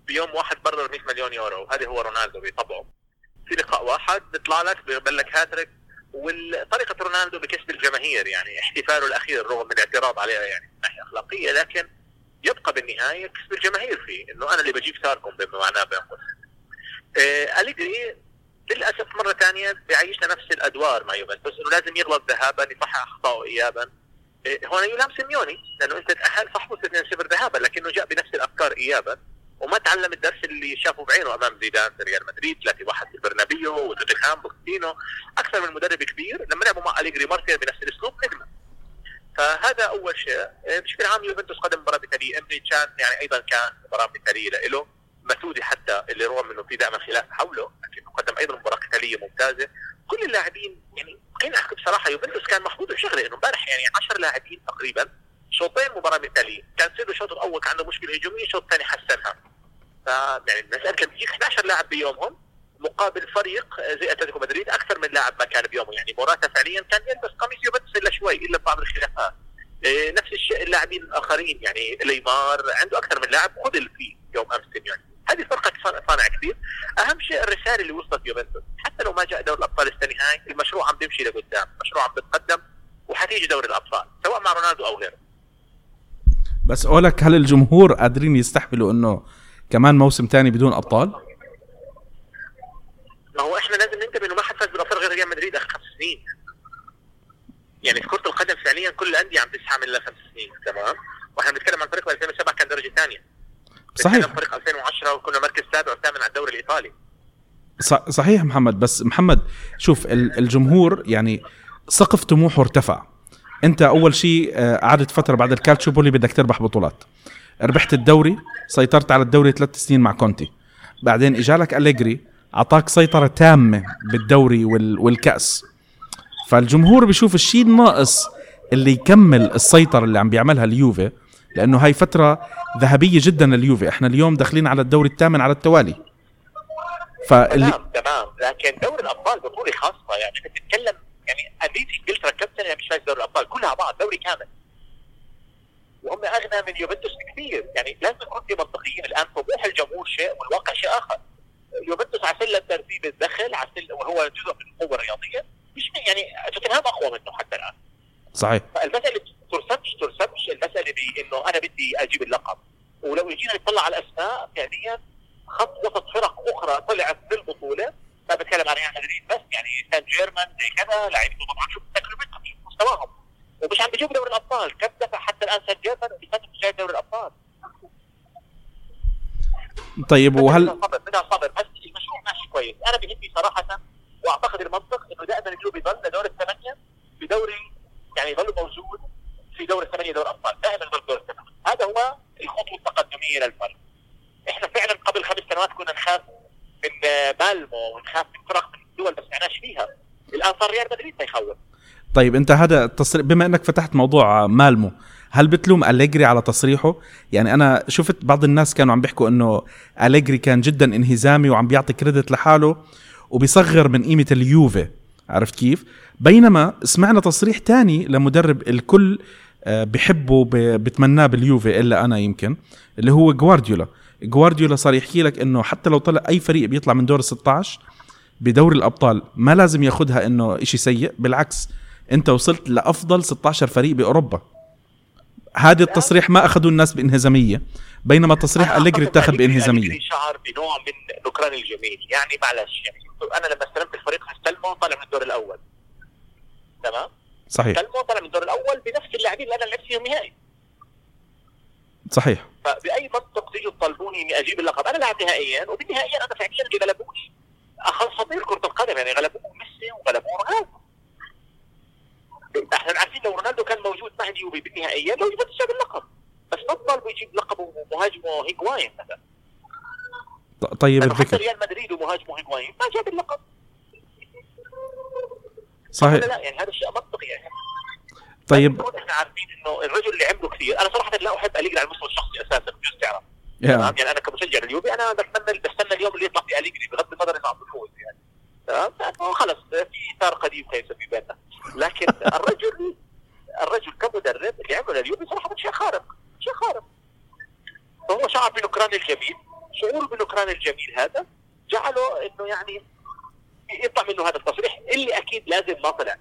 بيوم واحد برر 100 مليون يورو. هذا هو رونالدو بطبعه. في لقاء واحد بيطلع لك بيقبل لك هاتريك. وطريقة رونالدو بكسب الجماهير، يعني احتفاله الأخير رغم من الاعتراض عليها يعني من ناحية أخلاقية، لكن يبقى بالنهاية كسب الجماهير فيه إنه أنا اللي بجيب ثاركم بما معناه بينقص. أليجري للأسف مرة تانية بيعيشنا نفس الأدوار مع يوفنتوس، إنه لازم يغلط ذهابا يصحح أخطائه إيابا. هون يلام سيميوني لأنه أنت تأهل فحصت 2-0 ذهابا، لكنه جاء بنفس الأفكار إيابا وما تعلم الدرس اللي شافه بعينه امام زيدان في ريال مدريد 3-1 في البرنابيو وتوتنهام بوكتينو. اكثر من مدرب كبير لما لعبوا مع أليجري مرتين بنفس الاسلوب ندموا. فهذا اول شيء. بشكل عام يوفنتوس قدم مباراه مثاليه. امري كان يعني ايضا كان مباراه مثاليه له. مسودي حتى اللي رغم انه في دائما خلاف حوله لكنه قدم ايضا مباراه قتاليه ممتازه. كل اللاعبين يعني خلينا احكي بصراحه يوفنتوس كان محظوظ بشغله انه امبارح يعني 10 لاعبين تقريبا شوطين مباراه مثاليه. كان سيدو الشوط الاول كان عنده مشكله هجوميه، الشوط الثاني حسنها. يعني المسألة كان بيجيك 11 لاعب بيومهم مقابل فريق زي اتلتيكو مدريد اكثر من لاعب ما كان بيومه. يعني موراتا فعليا كان يلبس قميص يوفنتوس الا شوي الا بعض الخلافات. نفس الشيء اللاعبين الاخرين يعني ليمار عنده اكثر من لاعب خذل فيه يوم امس يعني. هذه فرقه صانع كبير. اهم شيء الرساله اللي وصلت يوفنتوس حتى لو ما جاء دوري الابطال النهائي، المشروع عم بيمشي لقدام، مشروع عم بيتقدم وحتيجي دوري الابطال سواء مع رونالدو او غيره. بس اقولك هل الجمهور قادرين يستحملوا انه كمان موسم تاني بدون ابطال؟ ما هو احنا لازم ننتبه انه ما حد فاز بالابطال غير ريال مدريد اخر 5 سنين. يعني في كرة القدم فعليا كل الانديه عم تسحب من 5 سنين تمام. واحنا بنتكلم عن فريق 2007 كان درجه ثانيه. صحيح. فريق 2010 وكنا مركز سابع وثامن على الدوري الايطالي. صحيح محمد. بس محمد شوف الجمهور يعني سقف طموحه ارتفع. انت اول شيء قعدت فتره بعد الكالتشوبولي بدك تربح بطولات، ربحت الدوري، سيطرت على الدوري 3 سنين مع كونتي، بعدين اجالك أليجري اعطاك سيطره تامه بالدوري والكاس. فالجمهور بيشوف الشيء الناقص اللي يكمل السيطره اللي عم بيعملها اليوفي، لانه هاي فتره ذهبيه جدا لليوفي. احنا اليوم داخلين على الدوري 8 على التوالي. تمام لكن دوري الابطال بطوله خاصه. يعني انت تتكلم يعني انديه انجلترا كم سنه مش فايز دوري الابطال كلها بعض دوري كامل، وهم اغنى من يوفنتوس كثير. يعني لازم نكون في منطقيين. الان طموح الجمهور شيء والواقع شيء اخر. يوفنتوس على سلم ترتيب الدخل على سلم وهو جزء من القوه الرياضيه، مش يعني توتنهام اقوى منه حتى الان. صحيح. فالمساله ترسمش المساله بانه انا بدي اجيب اللقب. ولو جينا نطلع على الاسماء فعليا خط وسط فرق اخرى طلعت بالبطوله، ما بتكلم عن ريال مدريد بس، يعني سان جيرمان زي كذا لاعبين طبعا شوف تجربتهم شوف مستواهم ومش عم بيجيبوا دوري الابطال. كم دفع حتى الان سان جيرمان وبيفاتوا مش جاي دوري الابطال. طيب وهل بدها صبر بس المشروع ماشي كويس. انا بهمني صراحه واعتقد المنطق انه دائما اليوم يضل لدور الثمانيه بدوري، يعني يضل موجود في دور الثمانيه دوري الابطال، دائما يضل دور الثمانيه. هذا هو الخطوه التقدميه للفريق. احنا فعلا قبل 5 سنوات كنا نخاف من مالمو ونخاف من فرق من الدول بس معناش فيها. الان صار ريال مدريد يخوف. طيب انت هذا التصريح، بما انك فتحت موضوع مالمو، هل بتلوم أليجري على تصريحه؟ يعني انا شفت بعض الناس كانوا عم بيحكوا انه أليجري كان جدا انهزامي وعم بيعطي كريدت لحاله وبيصغر من قيمة اليوفي، عرفت كيف؟ بينما سمعنا تصريح تاني لمدرب الكل بحبه بتمناه باليوفي الا انا يمكن، اللي هو جوارديولا صار يحكي لك انه حتى لو طلع اي فريق بيطلع من دور 16 بدوري الابطال ما لازم ياخدها انه اشي سيء، بالعكس انت وصلت لافضل 16 فريق باوروبا. هذا التصريح ما اخذوه الناس بانهزاميه، بينما تصريح أليجري اتاخذ بانهزاميه. شعر بنوع من نكران الجميل. يعني معلش يعني انا لما استلمت الفريق استلمه طلع من الدور الاول تمام. صحيح. استلمه طلع من الدور الاول بنفس اللاعبين اللي انا لعبت فيهم نهائي. صحيح. فباي منطق تيجوا تطالبوني اني اجيب اللقب؟ انا لعب نهائيا وبالنهائيا انا فعليا اللي غلبوني اساطير كره القدم، يعني غلبوه ميسي وغلبوه رونالدو. احنا عارفين لو رونالدو كان موجود مع اليوفي بالنهائية لو يفوز جاب اللقب، بس ما طالبوا يجيب لقبه مهاجمه هيغواين مثلا. طيب الفكرة ريال مدريد ومهاجمه هيغواين ما جاب اللقب. صحيح. لا يعني هذا الشيء منطقي يعني. طيب احنا عارفين انه الرجل اللي عمله كثير. انا صراحة لا احب أليجري على المستوى الشخصي اساسا، بجوز تعرف. يعني انا كمشجع لليوفي انا بستنى اليوم اللي يطلع في أليجري بغض النظر انه عم بفوز يعني. تمام خلص في اطار قديم كان يسمي بيننا. لكن الرجل كمدرب اللي عمله لليوفي صراحة شيء خارق. فهو شعر بنكران الجميل، شعوره بالنكران الجميل هذا جعله انه يعني يطلع منه هذا التصريح اللي اكيد لازم ما طلع.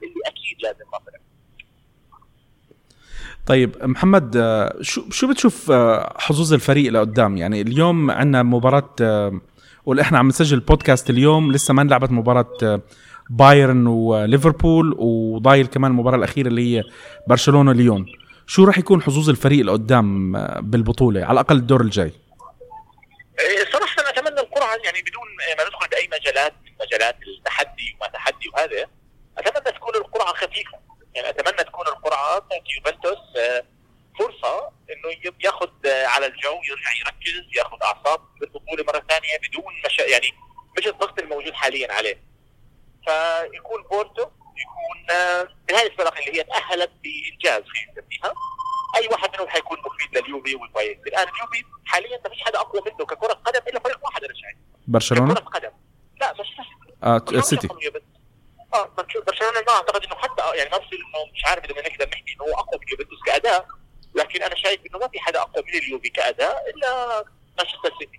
طيب محمد، شو بتشوف حظوظ الفريق لقدام؟ يعني اليوم عندنا مباراة، واحنا عم نسجل البودكاست اليوم لسه ما انلعبت مباراة بايرن وليفربول، وضايل كمان المباراة الأخيرة اللي هي برشلونة ليون. شو راح يكون حظوظ الفريق لقدام بالبطولة على الأقل الدور الجاي؟ صراحة أنا أتمنى القرعة يعني بدون ما ندخل بأي مجالات التحدي وما تحدي وهذا، أتمنى تكون القرعة خفيفة. يعني أتمنى تكون القرعة تعطي يوفنتوس فرصة إنه ياخذ على الجو، يرجع يركز، ياخذ أعصاب بالبطولة مرة ثانية بدون يعني مش الضغط الموجود حاليا عليه. فيكون بورتو يكون من هاي الفرق اللي هي تأهلت بإنجاز فيها، أي واحد منهم حيكون مفيد لليوفي والبايرن. الآن اليوفي حاليا ما فيش حدا أقوى منه ككرة قدم إلا فريق واحد أنا شايف. برشلونة؟ كرة قدم لا مش السيتي. برشلونة ما أعتقد إنه حتى يعني ما بصير إنه مش عارف إذا نقدر نحكي إنه هو أقوى من يوفنتوس كأداء، لكن أنا شايف إنه ما في حدا أقوى من اليوفي كأداء إلا مانشستر سيتي.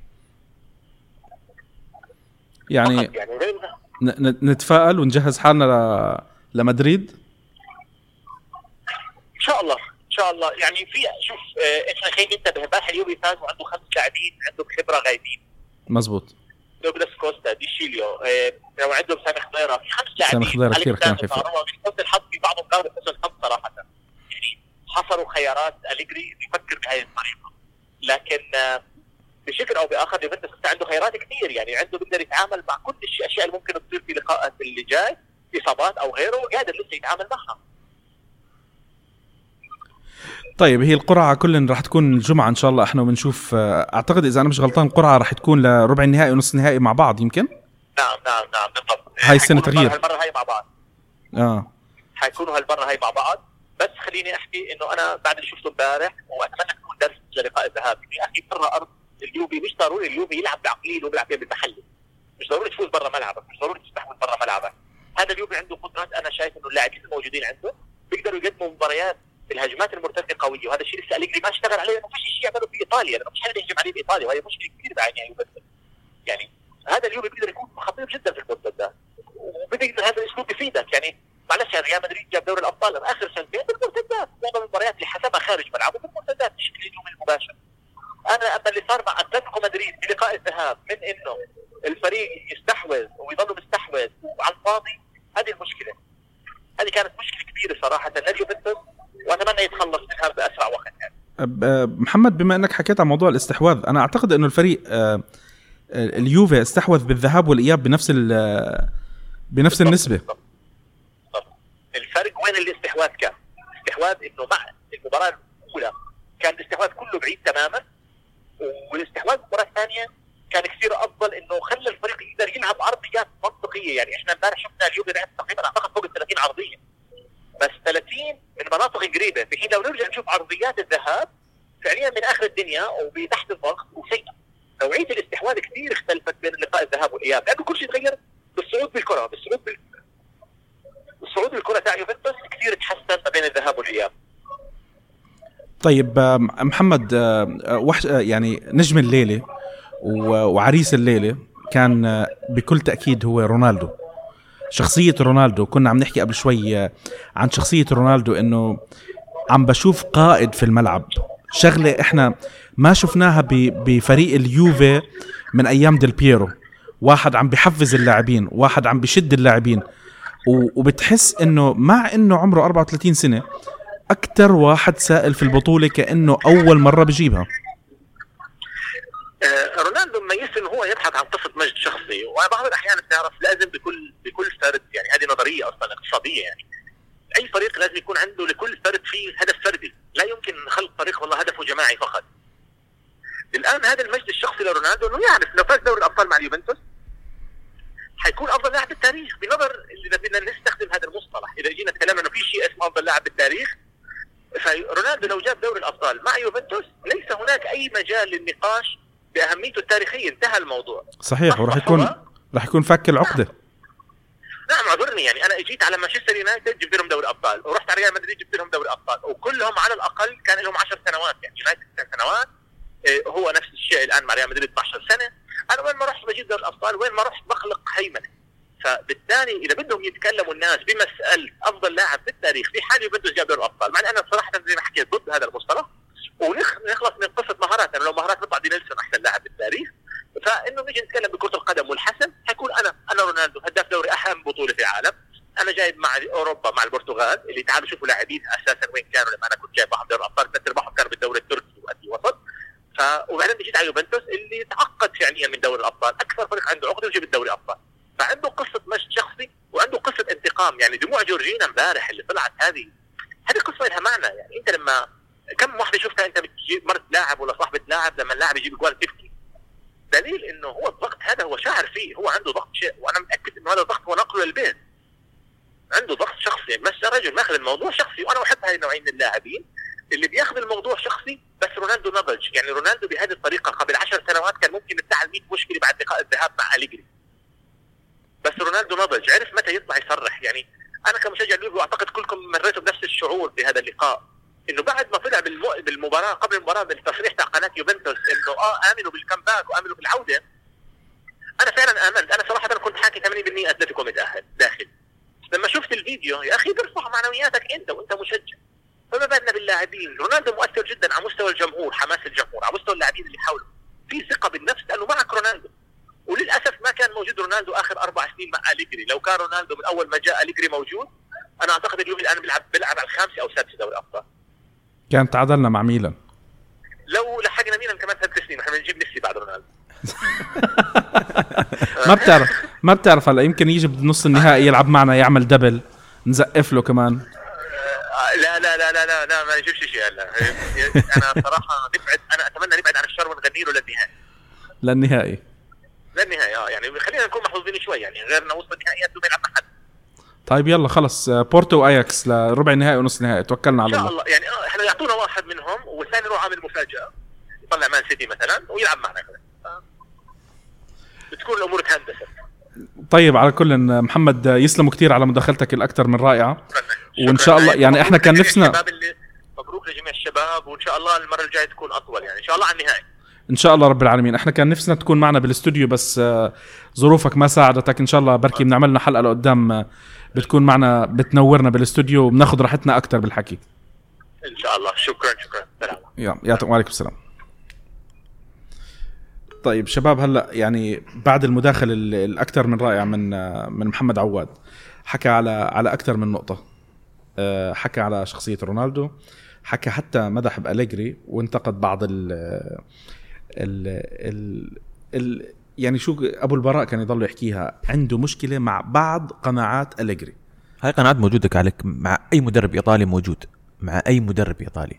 يعني نتفائل ونجهز حالنا لمدريد ان شاء الله. يعني في شوف احنا خلينا ننتبه، امبارح اليوفي فاز وعنده 5 لاعبين عندهم خبره غايبين. مزبوط. دوغلاس كوستا، دي شيليو، لو عندهم سامي خضيره، في 5 لاعبين. سامي خضيره كثير كان في فرق. من حسن الحظ في بعضهم كانوا بحسن الحظ صراحه، يعني حصروا خيارات أليجري يفكر بهذه الطريقه. لكن بشكل او باخر يوفنتوس عنده خيارات كثير، يعني عنده بيقدر يتعامل مع كل الاشياء اللي ممكن تصير في لقاءات اللي جاي، اصابات او غيره، قادر لسه يتعامل معها. طيب هي القرعه كلن راح تكون الجمعه ان شاء الله، احنا بنشوف. اعتقد اذا انا مش غلطان القرعه راح تكون لربع النهائي ونص النهائي مع بعض يمكن. نعم بالضبط. هاي السنه تغيير هالمره هاي مع بعض. حيكونوا هالمره هاي مع بعض. بس خليني احكي انه انا بعد اللي شفته امبارح واتمنى تكون درس للقاء الذهاب، يا اخي برا ارض اليوفي مش ضروري اليوفي يلعب بعقليته وبيلعب بالمحل، مش ضروري تفوز برا ملعبك، مش ضروري تستحوذ برا ملعبك. هذا اليوفي عنده قدرات، انا شايف انه اللاعبين الموجودين عنده بيقدروا يقدموا مباريات الهجمات المرتده قويه، وهذا الشيء لسه أليجري ما اشتغل عليه. ما فيش شيء يعمله في ايطاليا، لانه مش حد يهجم عليه بايطاليا، وهي مشكله كبيره بعينها يوفنتوس. يعني هذا اليوفي بيقدر يكون خطير جدا في المرتدات، وبيقدر هذا الاسلوب يفيدك. يعني معلش ريال مدريد جاب دوري الابطال اخر سنتين بالمرتدات، معظم المباريات اللي حسبها خارج ملعبه بالمرتدات بشكل هجومي المباشر. انا اما اللي صار مع اتلتيكو مدريد بلقاء الذهاب من انه الفريق يستحوذ ويظل مستحوذ وعلى الفاضي، هذه المشكله. هذه كانت مشكله كبيره صراحه لليوفنتوس، واتمنى يتخلص منها باسرع وقت. يعني محمد، بما انك حكيت عن موضوع الاستحواذ، انا اعتقد انه الفريق اليوفي استحوذ بالذهاب والاياب بنفس النسبه. الفرق وين الاستحواذ؟ كان الاستحواذ انه مع المباراه الاولى كان الاستحواذ كله بعيد تماما، والاستحواذ المباراه الثانيه كان كثير افضل، انه خلى الفريق يقدر يلعب عرضيات منطقيه. يعني احنا امبارح شفنا اليوفي لعب تقريبا اعتقد فوق ال 30 عرضيه، بس 30 من مناطق قريبه، في حين لو نرجع نشوف عرضيات الذهاب فعليا من اخر الدنيا وبتحت الضغط وسيئه. نوعيه الاستحواذ كثير اختلفت بين اللقاء الذهاب والاياب، لانه كل شيء تغير بالصعود بالكره، الصعود بالكره تاع يوفنتوس كثير تحسن ما بين الذهاب والاياب. طيب محمد، يعني نجم الليله وعريس الليله كان بكل تاكيد هو رونالدو. شخصيه رونالدو، كنا عم نحكي قبل شوي عن شخصيه رونالدو، انه عم بشوف قائد في الملعب، شغله احنا ما شفناها بفريق اليوفي من ايام ديل بييرو. واحد عم بيحفز اللاعبين، واحد عم بيشد اللاعبين، وبتحس انه مع انه عمره 34 سنه اكثر واحد سائل في البطوله، كانه اول مره بجيبها. رونالدو مميز انه هو يبحث عن قصه مجد شخصي، وبعض الاحيان تعرف لازم بكل فرد، يعني هذه نظريه اصلا اقتصاديه، يعني اي فريق لازم يكون عنده لكل فرد فيه هدف فردي، لا يمكن خلق فريق والله هدفه جماعي فقط. الان هذا المجد الشخصي لرونالدو، انه يعرف لو فاز دوري الابطال مع اليوفنتوس حيكون افضل لاعب بالتاريخ، بنظر اللي بدنا نستخدم هذا المصطلح. اذا جينا نتكلم انه في شيء اسمه افضل لاعب بالتاريخ، فرونالدو لو جاب دوري الابطال مع يوفنتوس ليس هناك اي مجال للنقاش باهميته التاريخيه، انتهى الموضوع. صحيح، وراح يكون فك العقده. نعم اعذرني، يعني انا اجيت على مانشستر يونايتد جبت لهم دوري ابطال، ورحت على ريال مدريد جبت لهم دوري ابطال، وكلهم على الاقل كان لهم 10 سنوات، يعني يونايتد 10 سنوات، هو نفس الشيء الان مع ريال مدريد 12 سنه. انا وين ما رحت بجيب دوري الابطال، وين ما رحت بخلق هيمنه. فبالتالي اذا بدهم يتكلموا الناس بمساله افضل لاعب في التاريخ في حال يوفنتوس جاب دوري الابطال، مع انا صراحه زي ما حكيت ضد هذا المصطلح، ونخلص من قصه مهارات. لو مهارات بيطلع دي نيلسون احسن لاعب بالتاريخ، فانه نيجي نتكلم بكره القدم والحسم حيكون انا رونالدو هداف دوري اهم بطوله في العالم. انا جايب مع اوروبا مع البرتغال اللي تعالوا شوفوا لاعبين اساسا وين كانوا لما انا كنت جايب معهم دوري الابطال، ثلاث ارباعهم كانوا بالدوري التركي وادي وسط. وبعدين جيت على يوفنتوس اللي تعقد فعليا من دوري الابطال، اكثر فريق عنده عقده وجاب الدوري الابطال. فعنده قصه مشي شخصي وعنده قصه انتقام. يعني دموع جورجينا امبارح اللي طلعت هذه قصه لها معنى. يعني انت لما كم واحده شفتها انت بتجيب مرت لاعب ولا صاحبه لاعب لما اللاعب يجيب جوال تبكي، دليل انه هو الضغط هذا هو شاعر فيه، هو عنده ضغط شيء، وانا متاكد انه هذا الضغط هو نقله للبيت. عنده ضغط شخصي، بس الرجل ماخذ الموضوع شخصي، وانا احب هاي النوعين من اللاعبين اللي بياخذ الموضوع شخصي. بس رونالدو نضج، يعني رونالدو بهذه الطريقه قبل 10 سنوات كان ممكن يفتعل 100 مشكله بعد لقاء الذهاب مع أليجري. بس رونالدو نضج، عرف متى يطلع يصرح. يعني انا كمشجع ليفربول اعتقد كلكم مريتوا بنفس الشعور بهذا اللقاء، انه بعد ما طلع بالمباراه قبل المباراه بالتصريح تاع قناه يوفنتوس انه امنوا بالكمباك وامنوا بالعوده. انا فعلا امنت. انا صراحه انا كنت حاكي 80% اتلتيكو متاهل داخل. لما شفت الفيديو يا اخي بيرفع معنوياتك انت وانت مشجع. فما بالنا باللاعبين. رونالدو مؤثر جدا على مستوى الجمهور، حماس الجمهور، على مستوى اللاعبين اللي حوله، في ثقه بالنفس لانه معك رونالدو. وللاسف ما كان موجود رونالدو اخر 4 سنين مع أليجري. لو كان رونالدو من اول ما جاء أليجري موجود، انا اعتقد اليوم الان بيلعب على الخامسه او السادسه دوري الابطال. كان تعادلنا مع ميلان. لو لحقنا ميلان كمان 3 سنين احنا بنجيب ميسي بعد رونالدو. ما بتعرف هلا يمكن يجي بنص النهائي يلعب معنا يعمل دبل نزقف له كمان. لا لا لا لا لا, لا ما يجيبش شيء. هلا انا صراحه نبعد، انا اتمنى نبعد عن الشر ونغني له للنهائي. يعني خلينا نكون محظوظين شوي، يعني غيرنا وصل النهائيات بدون يلعب مع حد. طيب يلا خلص بورتو واياكس لربع النهائي ونص النهائي، توكلنا على الله. ان شاء الله. يعني احنا يعطونا واحد منهم والثاني يروح عامل مفاجاه يطلع مان سيتي مثلا ويلعب معنا بتكون الامور تهندست. طيب على كل محمد يسلموا كتير على مداخلتك الاكثر من رائعه، وان شاء الله يعني احنا كان نفسنا مبروك لجميع الشباب، وان شاء الله المره الجايه تكون اطول، يعني ان شاء الله على النهائي ان شاء الله رب العالمين. احنا كان نفسنا تكون معنا بالاستوديو بس ظروفك ما ساعدتك. ان شاء الله بركي بنعمل لنا حلقه لقدام بتكون معنا بتنورنا بالاستوديو وبناخذ راحتنا اكثر بالحكي ان شاء الله. شكرا سلام. يعطيكم وعليكم السلام. طيب شباب، هلا يعني بعد المداخله الاكثر من رائع من محمد عواد، حكى على اكثر من نقطه. حكى على شخصيه رونالدو، حكى حتى مدح بأليجري وانتقد بعض ال يعني شو ابو البراء كان يضل يحكيها، عنده مشكله مع بعض قناعات أليجري. هاي قناعات موجوده عليك مع اي مدرب ايطالي، موجود مع اي مدرب ايطالي،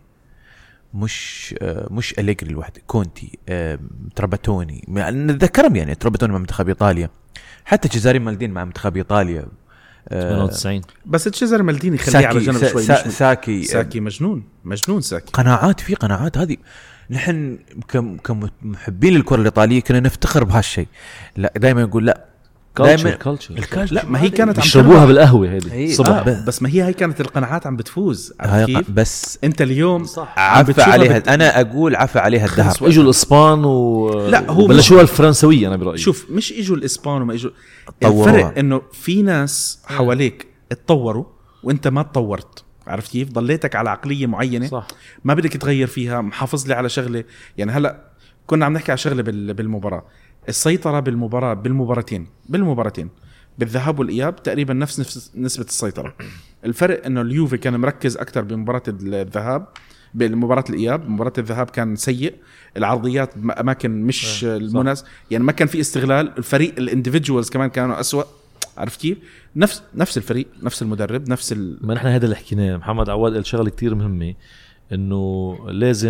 مش أليجري لوحده، كونتي، تراباتوني، نتذكرهم يعني تراباتوني مع منتخب ايطاليا، حتى تشيزاري مالدين مع منتخب ايطاليا 98. بس تشيزاري مالديني خليه على جنب شوي. ساكي مجنون ساكي. قناعات، في قناعات هذه نحن كمحبين للكرة الإيطالية كنا نفتخر بهالشيء. لا دائما يقول لا الكالتشر لا، ما هي كانت يشربوها بالقهوة هذه الصبح. بس ما هي كانت القناعات عم بتفوز كيف. بس انت اليوم عفى عليها انا اقول عفى عليها الدهر. اجوا الاسبان لا هو بلشوها الفرنسويه. انا برايي شوف، مش اجوا الاسبان وما اجوا، الفرق انه في ناس حواليك اتطوروا وانت ما تطورت. عرفت كيف؟ ضليتك على عقليه معينه صح. ما بدك تغير فيها، محافظ لي على شغله. يعني هلا كنا عم نحكي على شغله بالمباراه، السيطره بالمباراتين بالذهاب والاياب تقريبا نفس نسبه السيطره. الفرق انه اليوفي كان مركز اكثر بمباراه الذهاب، بالمباراه الاياب مباراه الذهاب كان سيء، العرضيات اماكن مش المناسب، يعني ما كان في استغلال. الفريق الانديفيدوالز كمان كانوا أسوأ. عرفت كيف؟ نفس الفريق، نفس المدرب، ما نحن هذا اللي حكيناه. محمد عواد قال شغله كتير مهمه، انه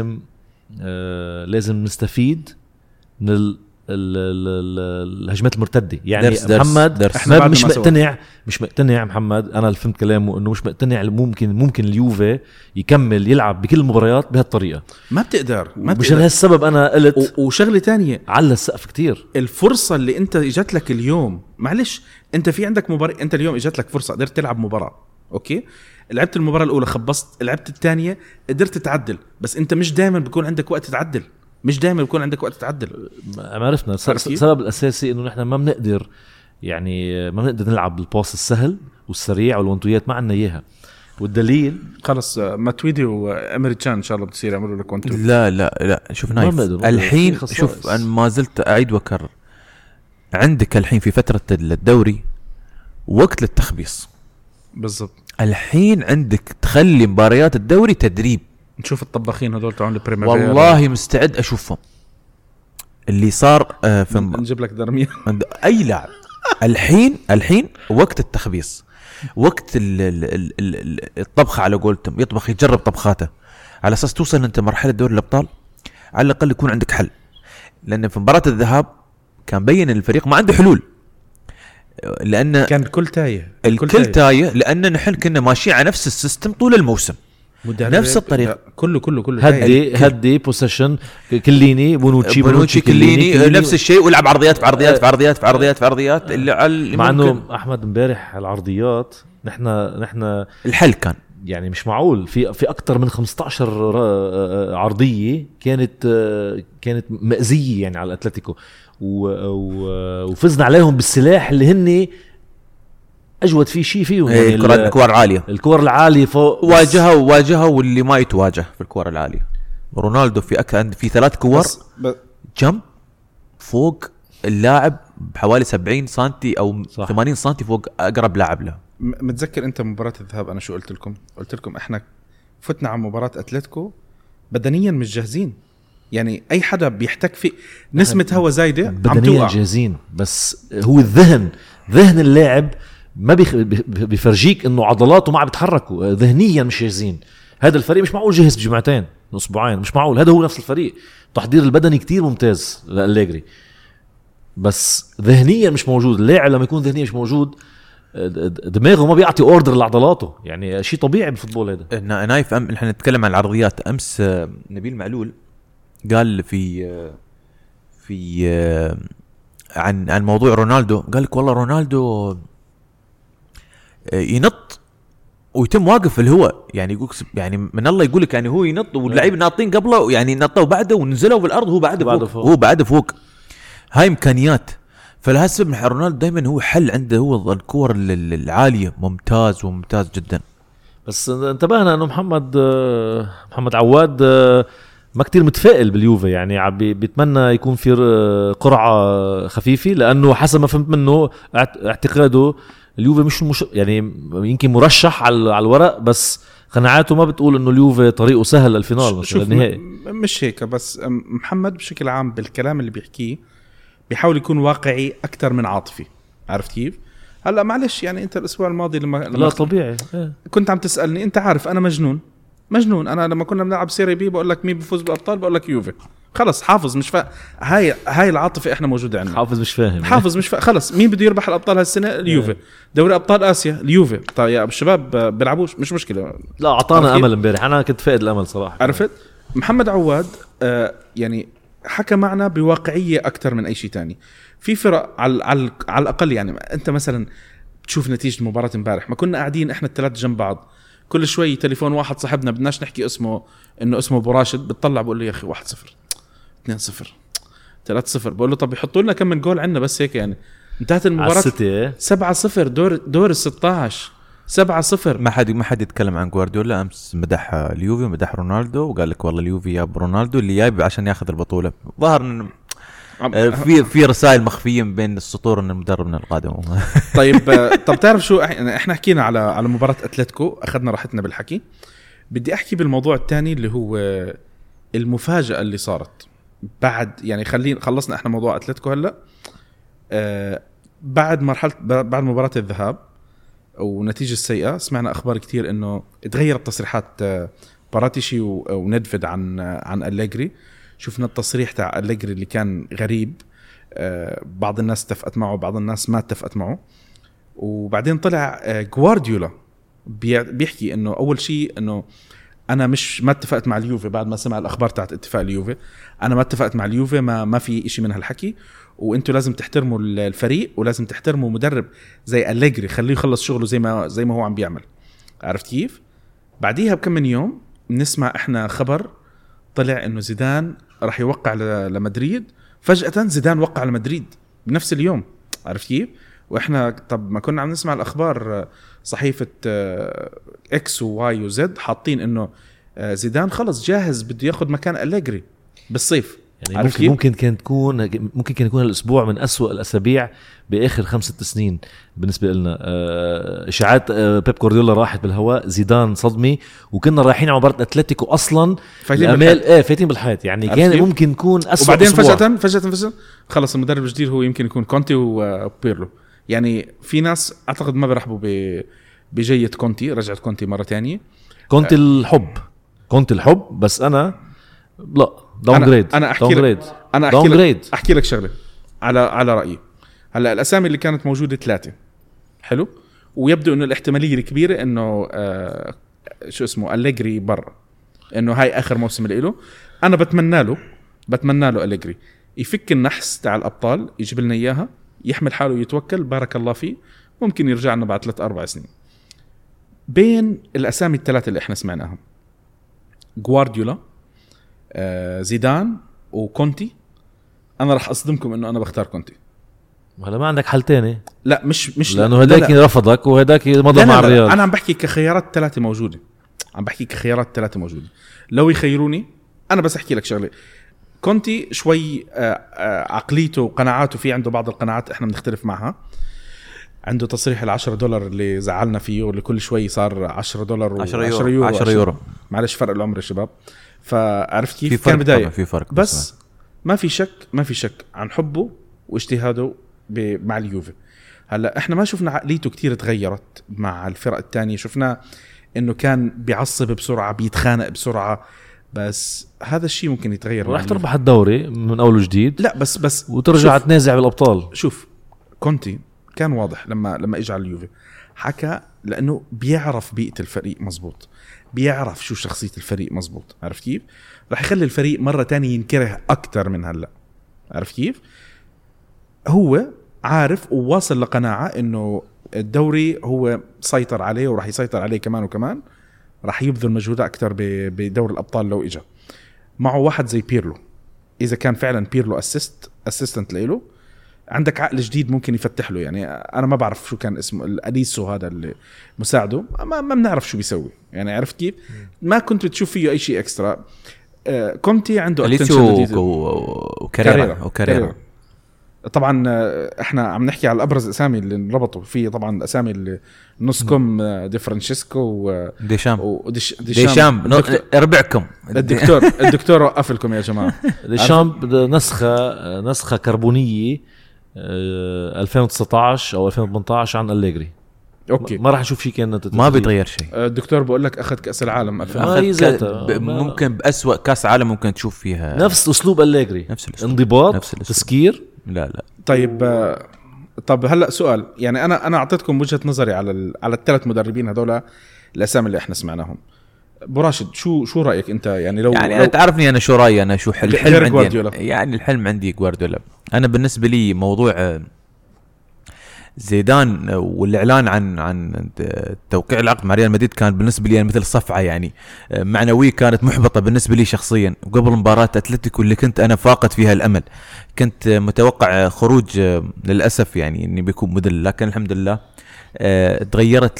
لازم نستفيد من الهجمات المرتده. يعني محمد مش مقتنع محمد، انا اللي فهمت كلامه انه مش مقتنع ممكن اليوفي يكمل يلعب بكل المباريات بهالطريقه. ما بتقدر. مش لهالسبب انا قلت. وشغله تانية على السقف كتير. الفرصه اللي انت اجت لك اليوم، معلش انت في عندك مباراه، انت اليوم اجت لك فرصه قدرت تلعب مباراه، اوكي، لعبت المباراه الاولى خبصت، لعبت الثانيه قدرت تعدل، بس انت مش دائما بيكون عندك وقت تعدل. مش دائما بيكون عندك وقت تعدل. ما عرفنا السبب الاساسي انه نحن ما بنقدر يعني ما بنقدر نلعب بالباس السهل والسريع والونتويات، ما عندنا اياها. والدليل خلص ماتويدي وامري تشان ان شاء الله بتصير يعملوا لك وانتو. لا شوف نايف الحين شوف انا ما زلت اعيد واكرر، عندك الحين في فترة الدوري وقت للتخبيص بالضبط. الحين عندك تخلي مباريات الدوري تدريب. نشوف الطباخين هذول تاعون البريميرا والله مستعد اشوفهم اللي صار نجيب لك درمية اي لاعب. الحين وقت التخبيص، وقت الطبخ على قولتهم، يطبخ يجرب طبخاته على اساس توصل انت مرحله دوري الابطال على الاقل يكون عندك حل. لان في مباراه الذهاب كان بين الفريق ما عنده حلول، لان كان الكل تايه لان نحن كنا ماشيين على نفس السيستم طول الموسم، نفس الطريقه كله هدي بوسيشن كليني بونوتشي كليني نفس الشيء، ولعب عرضيات في عرضيات اللي مع انه احمد امبارح العرضيات نحن الحل كان يعني مش معقول في اكثر من 15 عرضيه كانت مأزيه يعني على الاتلتيكو، وفزنا عليهم بالسلاح اللي هن اجود في شيء فيهم يعني الكور العاليه فوق واجهها واللي ما يتواجه في الكور العاليه. رونالدو في 3 كور جمب فوق اللاعب بحوالي 70 سنتي او صح. 80 سنتي فوق اقرب لاعب له. متذكر انت مباراه الذهاب انا شو قلت لكم احنا فتنا على مباراه اتلتيكو بدنيا مش جاهزين، يعني اي حدا بيحتك في نسمه هوا زايده بدنيا جاهزين، بس هو ذهن اللاعب ما بيفرجيك انه عضلاته ما عم بيتحركوا، ذهنيا مش جاهزين. هذا الفريق مش معقول جاهز بجمعتين اسبوعين، مش معقول. هذا هو نفس الفريق، تحضير البدني كتير ممتاز لأليجري، بس ذهنيا مش موجود. اللاعب لما يكون ذهنيا مش موجود دماغه ما بيعطي اوردر لعضلاته، يعني شيء طبيعي بالفوتبول هذا. نايف احنا نتكلم عن العرضيات. امس نبيل معلول قال في عن موضوع رونالدو، قال لك والله رونالدو ينط ويتم واقف في الهواء، يعني يقول يعني من الله يقول لك يعني هو ينط واللاعب ناطين قبله، يعني نطوا بعده ونزلوا في الارض، هو بعده فوق. هاي امكانيات. فلهالسبب رونالدو دائما هو حل عنده، هو الكور العاليه ممتاز جدا. بس انتبهنا انه محمد عواد ما كتير متفائل باليوفي، يعني بيتمنى يكون في قرعه خفيفه، لانه حسب ما فهمت منه اعتقاده اليوفي مش يعني يمكن مرشح على الورق، بس قناعاته ما بتقول انه اليوفي طريقه سهل للفينال مثلا النهائي. مش هيك، بس محمد بشكل عام بالكلام اللي بيحكيه بيحاول يكون واقعي اكثر من عاطفي. عرفت كيف؟ هلا معلش يعني انت الاسبوع الماضي لما لا طبيعي كنت عم تسالني، انت عارف انا مجنون. انا لما كنا بنلعب سيري بي بقول لك مين بيفوز بالابطال، بقول لك يوفي. خلص حافظ مش هاي العاطفه احنا موجوده عندنا. حافظ مش فاهم خلص مين بده يربح الابطال هالسنه؟ اليوفي. دوري ابطال اسيا اليوفي. طيب يا الشباب بيلعبوش مش مشكله. لا اعطانا امل امبارح، انا كنت فاقد الامل صراحه. عرفت؟ محمد عواد يعني حكى معنا بواقعيه اكثر من اي شيء تاني. في فرق على الاقل، يعني انت مثلا تشوف نتيجه مباراه امبارح، ما كنا قاعدين احنا الثلاث جنب بعض، كل شوي تليفون واحد صاحبنا بدناش نحكي اسمه ابو راشد، بتطلع بقول له يا اخي 1-0 2-0 3-0، بقول له طب يحطوا لنا كم من جول عندنا بس هيك، يعني انتهت المباراه 7-0 دور ال16 7-0. ما حد يتكلم عن جوارديولا. امس مدح اليوفي ومدح رونالدو، وقال لك والله اليوفي جاب رونالدو اللي جايب عشان ياخذ البطوله. ظهر في رسائل مخفيه بين السطور ان مدربنا القادم. طيب تعرف شو احنا حكينا على مباراه اتلتيكو، اخذنا راحتنا بالحكي. بدي احكي بالموضوع الثاني اللي هو المفاجاه اللي صارت بعد، يعني خلصنا احنا موضوع اتلتيكو هلا. بعد مباراه الذهاب ونتيجه السيئه، سمعنا اخبار كتير انه تغيرت تصريحات باراتيشي وندفد عن أليجري. شفنا التصريح تاع أليجري اللي كان غريب، بعض الناس اتفقت معه بعض الناس ما اتفقت معه. وبعدين طلع جوارديولا بيحكي انه اول شيء انه انا ما اتفقت مع اليوفي بعد ما سمع الاخبار تاعت اتفاق اليوفي. انا ما اتفقت مع اليوفي، ما في اشي من هالحكي، وانتوا لازم تحترموا الفريق ولازم تحترموا مدرب زي أليجري، خليه يخلص شغله زي ما هو عم بيعمل. عرفت كيف؟ بعديها بكم من يوم نسمع احنا خبر طلع انه زيدان راح يوقع لمدريد، فجأة زيدان وقع لمدريد بنفس اليوم. عرفت كيف؟ واحنا طب ما كنا عم نسمع الاخبار، صحيفة اكس وواي وزد حاطين انه زيدان خلص جاهز بده ياخذ مكان أليجري بالصيف. يعني ممكن كان يكون الاسبوع من أسوأ الاسابيع باخر 5-6 سنين بالنسبه لنا. اشاعات بيب جوارديولا راحت بالهواء، زيدان صدمي، وكنا رايحين على مباراه اتلتيكو اصلا الامال فايتين بالحياه. يعني كان ممكن يكون أسوأ وبعدين أسبوع. فجأة خلص المدرب الجديد هو يمكن يكون كونتي وبيرلو. يعني في ناس اعتقد ما برحبوا بجية كونتي، رجعت كونتي مرة تانية. كونتي الحب بس انا لا داون جريد. انا احكي لك شغله على رايي. هلا الاسامي اللي كانت موجوده 3 حلو، ويبدو انه الاحتماليه الكبيره انه شو اسمه أليجري برا، انه هاي اخر موسم له. انا بتمنى له أليجري يفك النحس تاع الابطال، يجيب لنا اياها، يحمل حاله ويتوكل، بارك الله فيه، ممكن يرجع لنا بعد 3-4 سنين. بين الاسامي ال3 اللي احنا سمعناهم، غوارديولا، زيدان وكونتي، انا راح اصدمكم انه انا بختار كونتي. هلا ما عندك حل تاني؟ لا مش لانه هداك رفضك وهداك مضى مع الرياض. انا عم بحكي كخيارات 3 موجوده. لو يخيروني انا بس احكي لك شغله، كونتي شوي عقليته وقناعاته، في عنده بعض القناعات احنا بنختلف معها. عنده تصريح $10 اللي زعلنا فيه، واللي كل شوي صار $10 10 يورو. معلش فرق العمر يا شباب. فعرفت كيف كان بداية في فرق، بس ما في شك عن حبه واجتهاده مع اليوفي. هلا احنا ما شفنا عقليته كتير تغيرت مع الفرق التانية، شفنا انه كان بيعصب بسرعة، بيتخانق بسرعة، بس هذا الشيء ممكن يتغير. راح تربح الدوري من اول وجديد، لا بس وترجع تنازع بالابطال. شوف كونتي كان واضح لما اجى على اليوفي، حكى لانه بيعرف بيئة الفريق مزبوط، بيعرف شو شخصية الفريق مزبوط. عرفت كيف؟ راح يخلي الفريق مرة تانية ينكره أكتر من هلأ. عرفت كيف؟ هو عارف وواصل لقناعة إنه الدوري هو سيطر عليه، وراح يسيطر عليه كمان وكمان، راح يبذل مجهود أكتر بدور الأبطال لو إجا معه واحد زي بيرلو. إذا كان فعلا بيرلو أسيستنت له، عندك عقل جديد ممكن يفتح له. يعني أنا ما بعرف شو كان اسمه، الأديسو هذا اللي مساعده، ما بنعرف شو بيسوي. يعني عرفت كيف؟ ما كنت بتشوف فيه أي شيء إكسترا. كونتي عنده وكاريرا. طبعا احنا عم نحكي على الابرز الاسامي اللي انربطوا فيه. طبعا الاسامي اللي نصكم دي فرانشيسكو وديشامب ربعكم. الدكتور وقف لكم يا جماعه. ديشامب نسخه كربونيه 2019 او 2018 عن أليجري. اوكي ما راح اشوف شيء كان ما بيتغير شيء. الدكتور بقول لك اخذ كاس العالم ممكن بأسوأ كاس عالم ممكن تشوف فيها نفس اسلوب أليجري، نفس الأسلوب. انضباط، نفس الأسلوب. تسكير. لا طب هلا سؤال، يعني انا اعطيتكم وجهة نظري على ال3 مدربين هذول الاسامي اللي احنا سمعناهم. ابو راشد شو رايك انت؟ يعني لو انا تعرفني انا شو رايي، انا شو الحلم عندي. يعني الحلم عندي غوارديولا. انا بالنسبه لي موضوع زيدان والاعلان عن توقيع العقد مع ريال مدريد كان بالنسبه لي مثل صفعه، يعني معنويه كانت محبطه بالنسبه لي شخصيا. قبل مباراه اتلتيكو اللي كنت انا فاقد فيها الامل، كنت متوقع خروج للاسف، يعني اني بيكون مذل، لكن الحمد لله تغيرت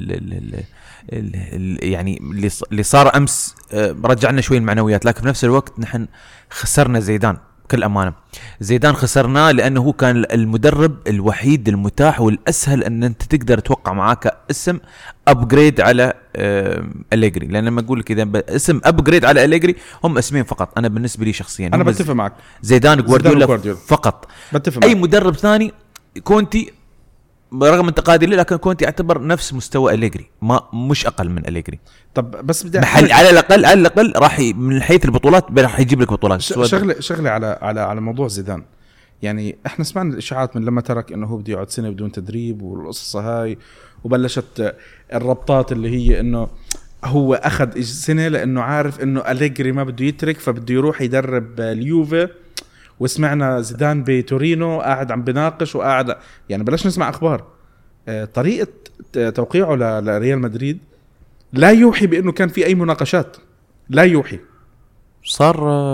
يعني اللي صار امس رجعنا شوي المعنويات. لكن في نفس الوقت نحن خسرنا زيدان بكل أمانة. زيدان خسرناه لأنه هو كان المدرب الوحيد المتاح والأسهل أن أنت تقدر توقع معاك اسم أبجريد على أليجري. لأن لما أقول لك إذا اسم أبجريد على أليجري هم اسمين فقط. أنا بالنسبة لي شخصيا أنا بتفق معك، زيدان غوارديولا فقط. أي مدرب ثاني، كونتي رغم انتقادي له، لكن كونتي يعتبر نفس مستوى أليجري، مش أقل من أليجري. طب بس بدي على الأقل راح من حيث البطولات راح يجيب لك بطولات. شغلة على موضوع زيدان. يعني احنا سمعنا الإشاعات من لما ترك إنه هو بده يقعد سنة بدون تدريب والقصص هاي، وبلشت الربطات اللي هي إنه هو أخذ سنة لأنه عارف إنه أليجري ما بده يترك، فبده يروح يدرب اليوفي. وسمعنا زيدان بتورينو قاعد عم بناقش وقاعد، يعني بلاش نسمع أخبار. طريقة توقيعه لريال مدريد لا يوحي بأنه كان في أي مناقشات، لا يوحي. صار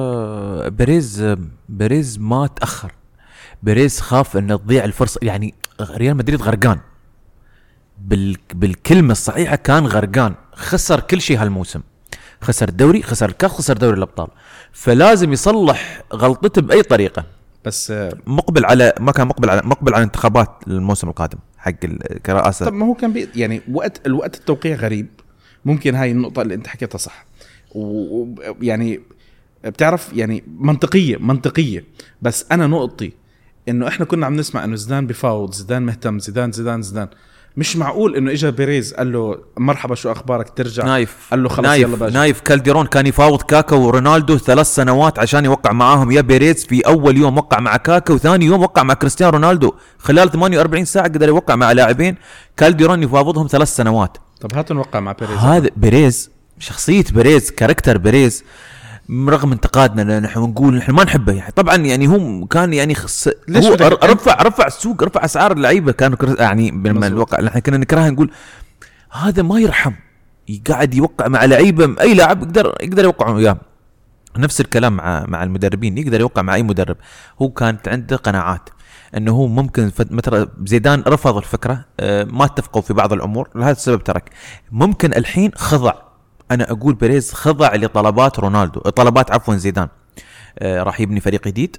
بيريز ما تأخر. بيريز خاف ان تضيع الفرصة. يعني ريال مدريد غرقان بالكلمة الصحيحة، كان غرقان، خسر كل شيء هالموسم، خسر الدوري، خسر الكاس، خسر دوري الأبطال، فلازم يصلح غلطته بأي طريقة. بس مقبل على ما كان مقبل على انتخابات الموسم القادم حق الرئاسة. طب ما هو كان يعني الوقت التوقيع غريب. ممكن هاي النقطة اللي انت حكيتها صح، ويعني بتعرف يعني منطقية، بس انا نقطي انه احنا كنا عم نسمع انه زيدان بفاوض، زيدان مهتم، زيدان. مش معقول انه اجى بيريز قال له مرحبا شو اخبارك ترجع. نايف قال له خلاص يلا باجي. نايف كالديرون كان يفاوض كاكا ورونالدو 3 سنوات عشان يوقع معاهم. يا بيريز في اول يوم وقع مع كاكا، وثاني يوم وقع مع كريستيانو رونالدو. خلال 48 ساعة قدر يوقع مع لاعبين كالديرون يفاوضهم 3 سنوات. طب هاتوا نوقع مع بيريز. هذا بيريز، شخصية بيريز، كاركتر بيريز، رغم انتقادنا نحن نقول نحن ما نحبه. يعني طبعا يعني هو كان يعني هو رفع السوق، رفع اسعار اللعيبه. كانوا يعني بالواقع نحن كنا نكره، نقول هذا ما يرحم، قاعد يوقع مع لعيبه، اي لاعب يقدر يوقع وياه. نفس الكلام مع المدربين، يقدر يوقع مع اي مدرب. هو كانت عنده قناعات انه هو ممكن مثلا زيدان رفض الفكره، ما اتفقوا في بعض الامور، لهذا السبب ترك. ممكن الحين خضع، انا اقول بيريز خضع لطلبات رونالدو، طلبات زيدان. راح يبني فريق جديد،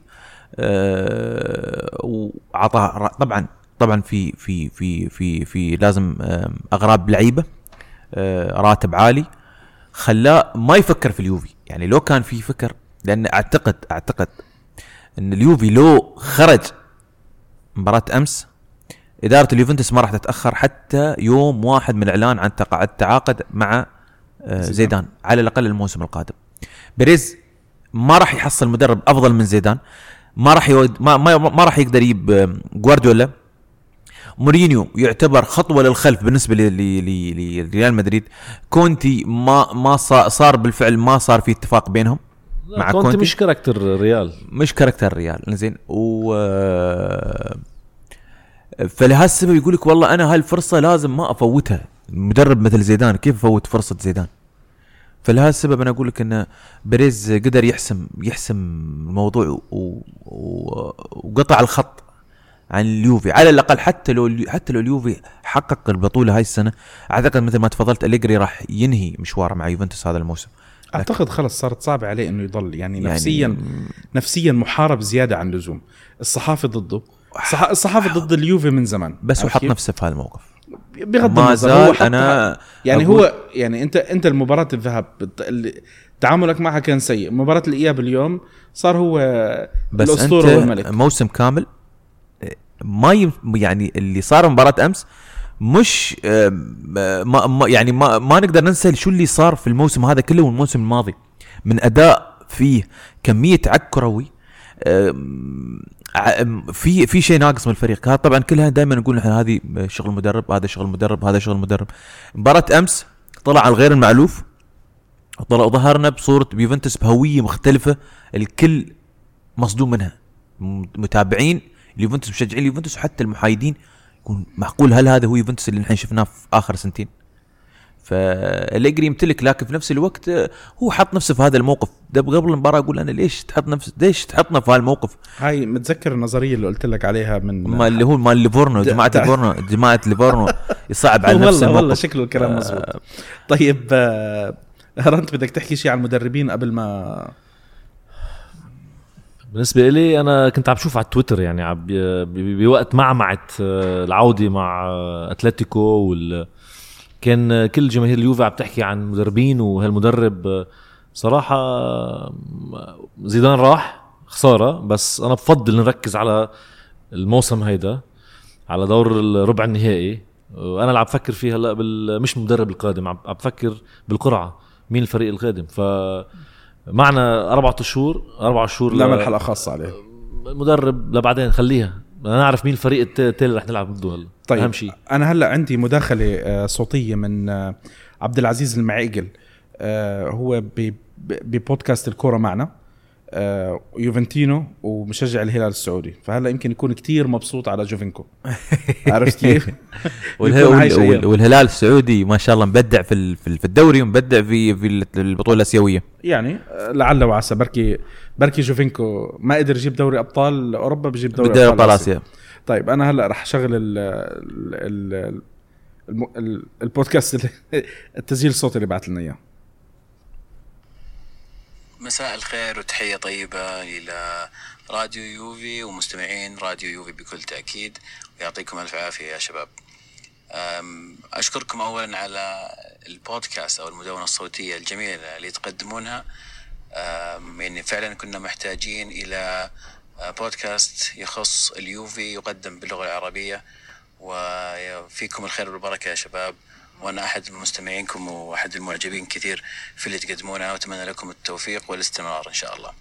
وعطاه طبعا في لازم اغراب لعيبه، راتب عالي، خلاه ما يفكر في اليوفي. يعني لو كان في فكر، لان اعتقد ان اليوفي لو خرج مباراة امس، اداره اليوفنتوس ما راح تتاخر حتى يوم واحد من الاعلان عن التعاقد مع زيدان على الاقل الموسم القادم. بيريز ما راح يحصل مدرب افضل من زيدان، ما راح يقدر يجيب جوارديولا. مورينيو يعتبر خطوه للخلف بالنسبه لريال مدريد. كونتي ما صار بالفعل، ما صار في اتفاق بينهم مع كونتي. مش كاركتر ريال زين. فلهالسبب يقول لك والله انا هالفرصه لازم ما افوتها. مدرب مثل زيدان كيف فوت فرصه زيدان؟ فلهالسبب انا اقول لك ان بيريز قدر يحسم الموضوع وقطع الخط عن اليوفي على الاقل. حتى لو اليوفي حقق البطوله هاي السنه، اعتقد مثل ما تفضلت أليجري راح ينهي مشواره مع يوفنتوس هذا الموسم. اعتقد خلص صارت صعبه عليه انه يضل يعني نفسيا محارب زياده عن اللزوم. الصحافه ضده، الصحافه ضد اليوفي من زمان، بس هو حط نفسه في هذا الموقف بغض النظر. هو انا يعني هو يعني انت المباراه الذهاب تعاملك معها كان سيء، مباراه الاياب اليوم صار هو بس الاسطوره والملك. موسم كامل ما يعني اللي صار مباراه امس مش ما نقدر ننسى شو اللي صار في الموسم هذا كله والموسم الماضي من اداء فيه كميه عكروي. في شيء ناقص من الفريق هذا. طبعا كلها دائما نقول نحن هذه شغل مدرب، هذا شغل مدرب، هذا شغل مدرب. مباراة امس طلع على الغير المألوف، ظهرنا بصورة يوفنتوس بهوية مختلفة، الكل مصدوم منها. متابعين اليوفنتوس، مشجعين اليوفنتوس، وحتى المحايدين يكون معقول هل هذا هو يوفنتوس اللي نحن شفناه في آخر سنتين؟ فالأليجري يمتلك، لكن في نفس الوقت هو حط نفسه في هذا الموقف ده. قبل المباراة أقول أنا ليش تحطنا في هذا الموقف؟ هاي متذكر النظرية اللي قلت لك عليها من ما اللي هو مال ليفورنو، جماعة ليفورنو يصعب على نفس الموقف. والله شكله الكلام مزبوط. طيب أنت بدك تحكي شيء عن المدربين قبل ما؟ بالنسبة لي أنا كنت عم بشوف على تويتر يعني بوقت معمعة العودة مع أتلتيكو كان كل جماهير اليوفي عم تحكي عن مدربين وهالمدرب. صراحة زيدان راح خسارة، بس أنا بفضل نركز على الموسم هيدا، على دور الربع النهائي. أنا اللي عم بفكر فيه هلأ مش المدرب القادم، عم بفكر بالقرعة مين الفريق القادم. فمعنا 4 شهور نعمل حلقة خاصة عليه المدرب لبعدين، خليها نعرف مين الفريق التالي رح نلعب ضده هلا. طيب أهم شيء أنا هلأ عندي مداخلة صوتية من عبد العزيز المعيقل، هو ببودكاست الكورة معنا. يوفنتينو ومشجع الهلال السعودي، فهلا يمكن يكون كتير مبسوط على جوفينكو. عرفت كيف؟ والهلال السعودي ما شاء الله مبدع في الدوري ومبدع في البطوله الاسيويه. يعني لعل وعسى بركي جوفينكو ما قدر يجيب دوري ابطال اوروبا، بيجيب دوري ابطال اسيا. طيب انا هلا رح اشغل البودكاست التسجيل الصوتي اللي بعت لنا اياه. مساء الخير وتحية طيبة إلى راديو يوفي ومستمعين راديو يوفي بكل تأكيد، ويعطيكم ألف عافية يا شباب. أشكركم أولا على البودكاست أو المدونة الصوتية الجميلة اللي تقدمونها. يعني فعلا كنا محتاجين إلى بودكاست يخص اليوفي يقدم باللغة العربية، وفيكم الخير والبركة يا شباب، وأنا أحد مستمعينكم وأحد المعجبين كثير في اللي تقدمونه، وأتمنى لكم التوفيق والاستمرار إن شاء الله.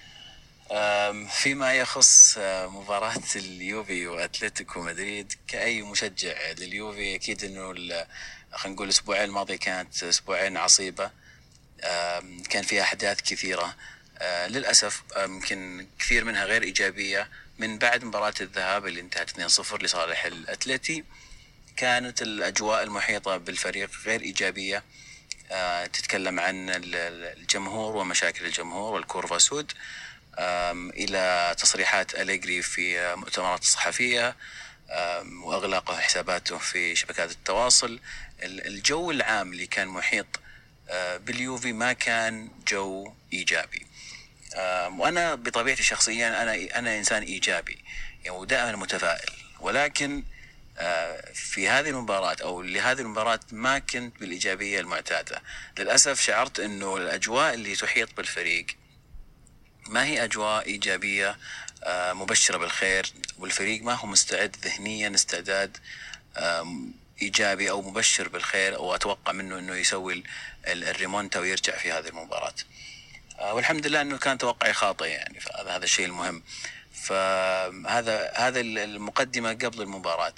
فيما يخص مباراة اليوفي وأتلتيكو مدريد، كأي مشجع لليوفي أكيد أنه خلينا نقول الأسبوعين الماضية كانت أسبوعين عصيبة، كان فيها أحداث كثيرة للأسف، يمكن كثير منها غير إيجابية. من بعد مباراة الذهاب اللي انتهت 2-0 لصالح الأتلتي، كانت الأجواء المحيطة بالفريق غير إيجابية. تتكلم عن الجمهور ومشاكل الجمهور والكورفا سود، إلى تصريحات أليغري في مؤتمرات الصحفية، وأغلاقه حساباته في شبكات التواصل. الجو العام اللي كان محيط باليوفي ما كان جو إيجابي. وأنا بطبيعتي شخصيا أنا إنسان إيجابي يعني ودائما متفائل، ولكن في هذه المباراة أو لهذه المباراة ما كنت بالإيجابية المعتادة. للأسف شعرت أنه الأجواء اللي تحيط بالفريق ما هي أجواء إيجابية مبشرة بالخير، والفريق ما هو مستعد ذهنيا استعداد إيجابي أو مبشر بالخير، أو أتوقع منه أنه يسوي الريمونتا ويرجع في هذه المباراة. والحمد لله أنه كان توقعي خاطئ يعني، فهذا الشيء المهم. فهذا المقدمة قبل المباراة.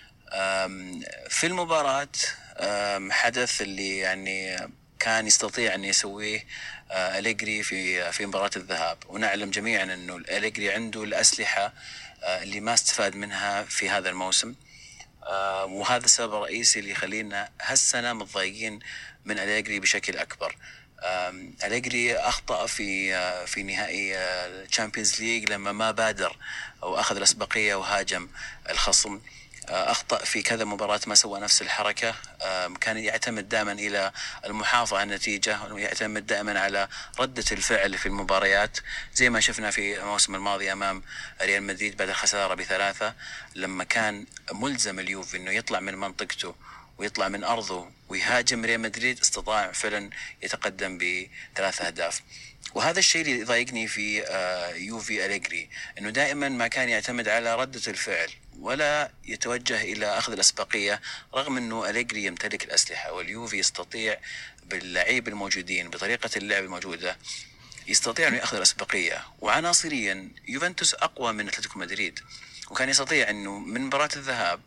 في المباراة حدث اللي يعني كان يستطيع أن يسويه أليغري في مباراة الذهاب، ونعلم جميعا أنه أليغري عنده الأسلحة اللي ما استفاد منها في هذا الموسم، وهذا السبب الرئيسي اللي يخلينا هالسنة متضايقين من أليغري بشكل أكبر. أليغري أخطأ في نهائي الشامبيونز ليج لما ما بادر أو أخذ الأسبقية وهاجم الخصم. أخطأ في كذا مباراة ما سوى نفس الحركة. كان يعتمد دائما إلى المحافظة على النتيجة، ويعتمد دائما على ردة الفعل في المباريات، زي ما شفنا في الموسم الماضي أمام ريال مدريد بعد الخسارة ب3، لما كان ملزم اليوفي أنه يطلع من منطقته ويطلع من أرضه ويهاجم ريال مدريد، استطاع فعلا يتقدم ب3 أهداف. وهذا الشيء اللي يضايقني في يوفي أليغري، أنه دائما ما كان يعتمد على ردة الفعل ولا يتوجه إلى أخذ الأسبقية، رغم أنه أليغري يمتلك الأسلحة، واليوفي يستطيع باللعيب الموجودين بطريقة اللعب الموجودة يستطيع أنه يأخذ الأسبقية. وعناصريا يوفنتوس أقوى من أتلتيكو مدريد، وكان يستطيع أنه من مباراة الذهاب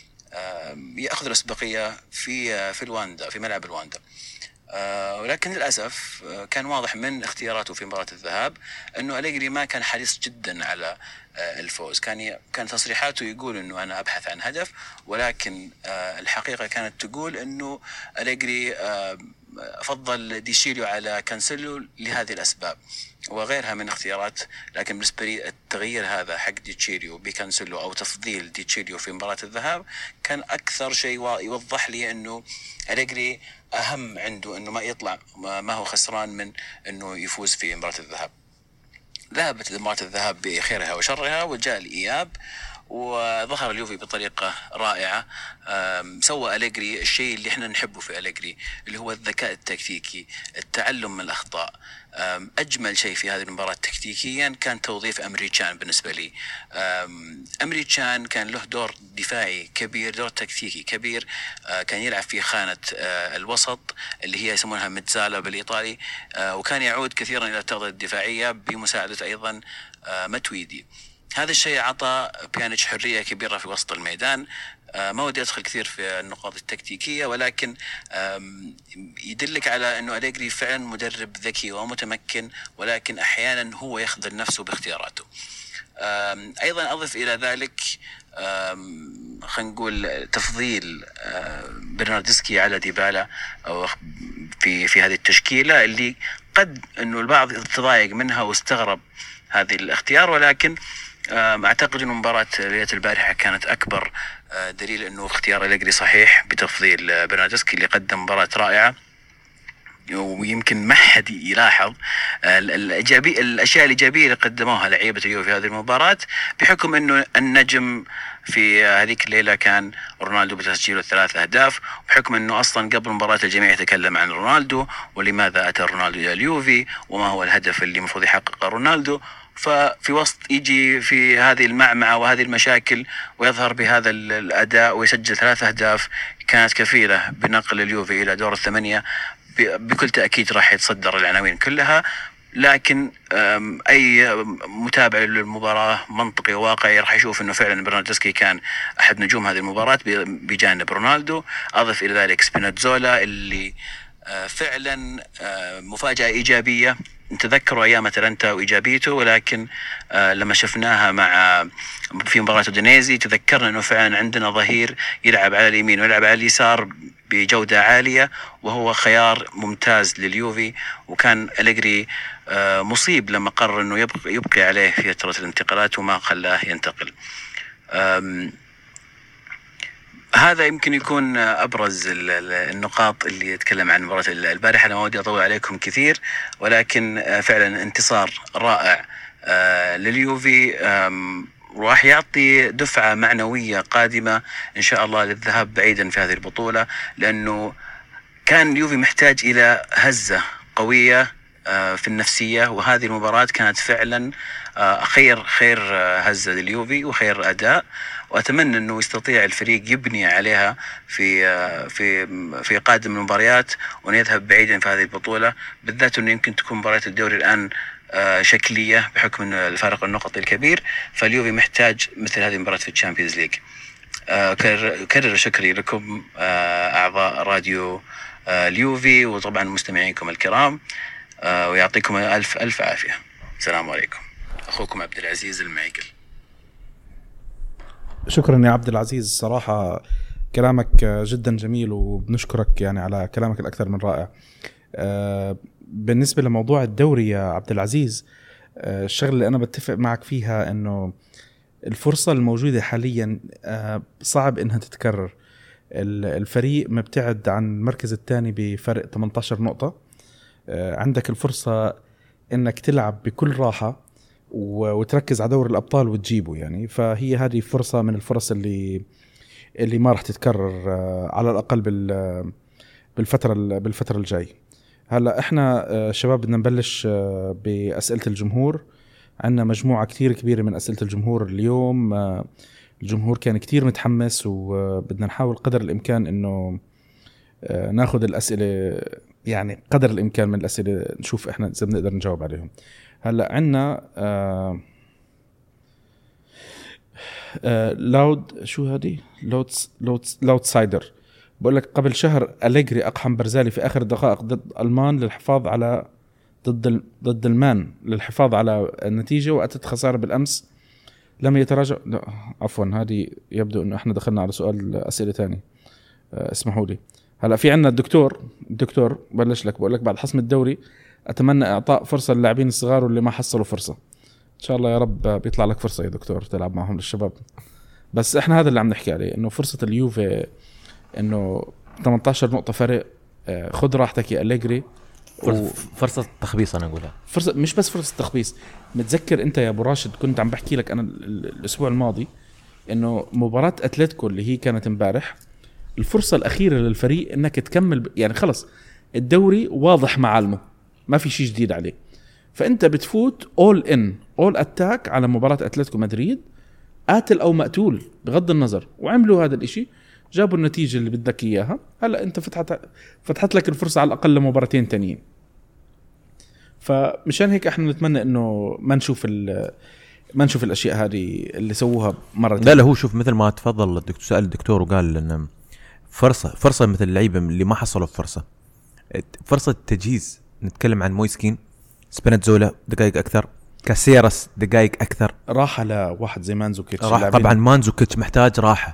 يأخذ الأسبقية في الواندا، في ملعب الواندا. ولكن للأسف كان واضح من اختياراته في مباراة الذهاب أنه أليغري ما كان حريص جدا على الفوز. كان تصريحاته يقول أنه أنا أبحث عن هدف، ولكن الحقيقة كانت تقول أنه أليغري فضل ديشيليو على كانسيلو لهذه الأسباب وغيرها من اختيارات. لكن بالنسبة لي التغيير هذا حق ديتشيليو بكانسيلو أو تفضيل ديتشيليو في مباراة الذهاب كان أكثر شيء يوضح لي أنه أليغري أهم عنده أنه ما يطلع ما هو خسران من أنه يفوز في مباراة الذهاب. ذهبت مباراة الذهاب بخيرها وشرها وجاء الإياب، وظهر اليوفي بطريقة رائعة. سوى أليغري الشيء اللي احنا نحبه في أليغري، اللي هو الذكاء التكتيكي، التعلم من الأخطاء. أجمل شيء في هذه المباراة تكتيكيا كان توظيف أمري تشان. بالنسبة لي أمري تشان كان له دور دفاعي كبير، دور تكتيكي كبير. كان يلعب في خانة الوسط اللي هي يسمونها ميتزالا بالإيطالي، وكان يعود كثيرا إلى التغطية الدفاعية بمساعدة أيضا متويدي. هذا الشيء عطى بيانيتش حرية كبيرة في وسط الميدان. ما ودي أدخل كثير في النقاط التكتيكية، ولكن يدلك على أنه أليجري فعلا مدرب ذكي ومتمكن، ولكن أحيانا هو يخذل نفسه باختياراته. أيضا أضف إلى ذلك خلينا نقول تفضيل برناردسكي على ديبالا أو في هذه التشكيلة اللي قد أنه البعض تضايق منها واستغرب هذه الاختيار، ولكن أعتقد أن مباراة ليلة البارحة كانت أكبر دليل أنه اختيار أليجري صحيح بتفضيل برناردسكي اللي قدم مباراة رائعة. ويمكن ما حد يلاحظ الأشياء الإيجابية اللي قدموها لعيبة اليوفي في هذه المباراة، بحكم أنه النجم في هذيك الليلة كان رونالدو بتسجيله 3 أهداف، وبحكم أنه أصلا قبل مباراة الجميع يتكلم عن رونالدو ولماذا أتى رونالدو إلى اليوفي وما هو الهدف اللي المفروض يحققه رونالدو. ففي وسط يجي في هذه المعمعة وهذه المشاكل ويظهر بهذا الأداء ويسجل 3 أهداف كانت كفيلة بنقل اليوفي إلى دور الثمانية. بكل تأكيد راح يتصدر العناوين كلها، لكن أي متابع للمباراة منطقي وواقعي راح يشوف أنه فعلا برناردسكي كان أحد نجوم هذه المباراة بجانب رونالدو. أضف إلى ذلك سبيناتزولا اللي فعلا مفاجأة إيجابية. نتذكروا أيام أتلانتا وإيجابيته، ولكن لما شفناها في مباراة أودينيزي تذكرنا أنه فعلا عندنا ظهير يلعب على اليمين ويلعب على اليسار بجودة عالية، وهو خيار ممتاز لليوفي. وكان أليجري مصيب لما قرر أنه يبقي عليه في فترة الانتقالات وما خلاه ينتقل. هذا يمكن يكون أبرز النقاط اللي يتكلم عن مباراة البارحة. أنا ما ودي أطول عليكم كثير، ولكن فعلا انتصار رائع لليوفي، راح يعطي دفعة معنوية قادمة إن شاء الله للذهاب بعيدا في هذه البطولة، لأنه كان اليوفي محتاج إلى هزة قوية في النفسية، وهذه المباراة كانت فعلا خير هزة لليوفي وخير أداء، وأتمنى أنه يستطيع الفريق يبني عليها في قادم المباريات ونذهب بعيدا في هذه البطولة، بالذات أنه يمكن تكون مباراة الدوري الآن شكلية بحكم أن الفارق النقطي الكبير. فاليوفي محتاج مثل هذه المباراة في الشامبيونز ليج. أكرر شكري لكم أعضاء راديو اليوفي، وطبعا مستمعينكم الكرام، ويعطيكم ألف عافية. السلام عليكم. أخوكم عبد العزيز المعيقل. شكرا يا عبد العزيز، صراحة كلامك جدا جميل وبنشكرك يعني على كلامك الأكثر من رائع. بالنسبة لموضوع الدوري يا عبد العزيز، الشغل اللي أنا بتفق معك فيها أنه الفرصة الموجودة حاليا صعب إنها تتكرر. الفريق مبتعد عن المركز الثاني بفرق 18 نقطة. عندك الفرصة إنك تلعب بكل راحة وتركز على دور الأبطال وتجيبه يعني. فهي هذه فرصة من الفرص اللي ما راح تتكرر على الأقل بالفترة الجاي. هلا احنا شباب بدنا نبلش بأسئلة الجمهور. عندنا مجموعة كتير كبيرة من أسئلة الجمهور اليوم. الجمهور كان كتير متحمس، وبدنا نحاول قدر الإمكان إنه ناخد الأسئلة يعني قدر الإمكان من الأسئلة، نشوف إحنا إذا بنقدر نجاوب عليهم. هلا عندنا لاود، شو هذه؟ لاود سايدر بقول لك قبل شهر أليجري أقحم برزالي في آخر الدقائق ضد المان للحفاظ على ضد المان للحفاظ على النتيجة، وأتت خسارة بالأمس لم يتراجع. لا عفوا، هذه يبدو أنه إحنا دخلنا على سؤال أسئلة تاني، اسمحوا لي. هلا في عنا الدكتور بلش لك، بقول لك بعد حسم الدوري أتمنى إعطاء فرصة للاعبين الصغار واللي ما حصلوا فرصة. إن شاء الله يا رب بيطلع لك فرصة يا دكتور تلعب معهم للشباب. بس إحنا هذا اللي عم نحكي عليه، إنه فرصة اليوفي إنه 18 نقطة فرق. خد راحتك يا أليجري. فرصة تخبيص أنا أقولها، فرصة مش بس فرصة تخبيص. متذكر أنت يا أبو راشد كنت عم بحكي لك أنا الأسبوع الماضي إنه مباراة أتلتيكو اللي هي كانت امبارح الفرصة الأخيرة للفريق إنك تكمل يعني خلص الدوري واضح معالمه، ما في شيء جديد عليه. فأنت بتفوت all attack على مباراة أتلتيكو مدريد، قاتل أو مقتول بغض النظر، وعملوا هذا الإشي، جابوا النتيجة اللي بدك إياها. هلأ أنت فتحت لك الفرصة على الأقل لمباراتين تانيين. فمشان هيك احنا نتمنى إنه ما نشوف ما نشوف الاشياء هذه اللي سووها مره. لا هو شوف مثل ما تفضل الدكتور، سأل الدكتور وقال ان فرصه مثل اللعيبه اللي ما حصلوا فرصه تجهيز. نتكلم عن مويسكين، سبيناتزولا دقائق اكثر، كاسيرس دقائق اكثر، راحه لواحد زي مانزوكيتش. طبعا مانزوكيتش محتاج راحه.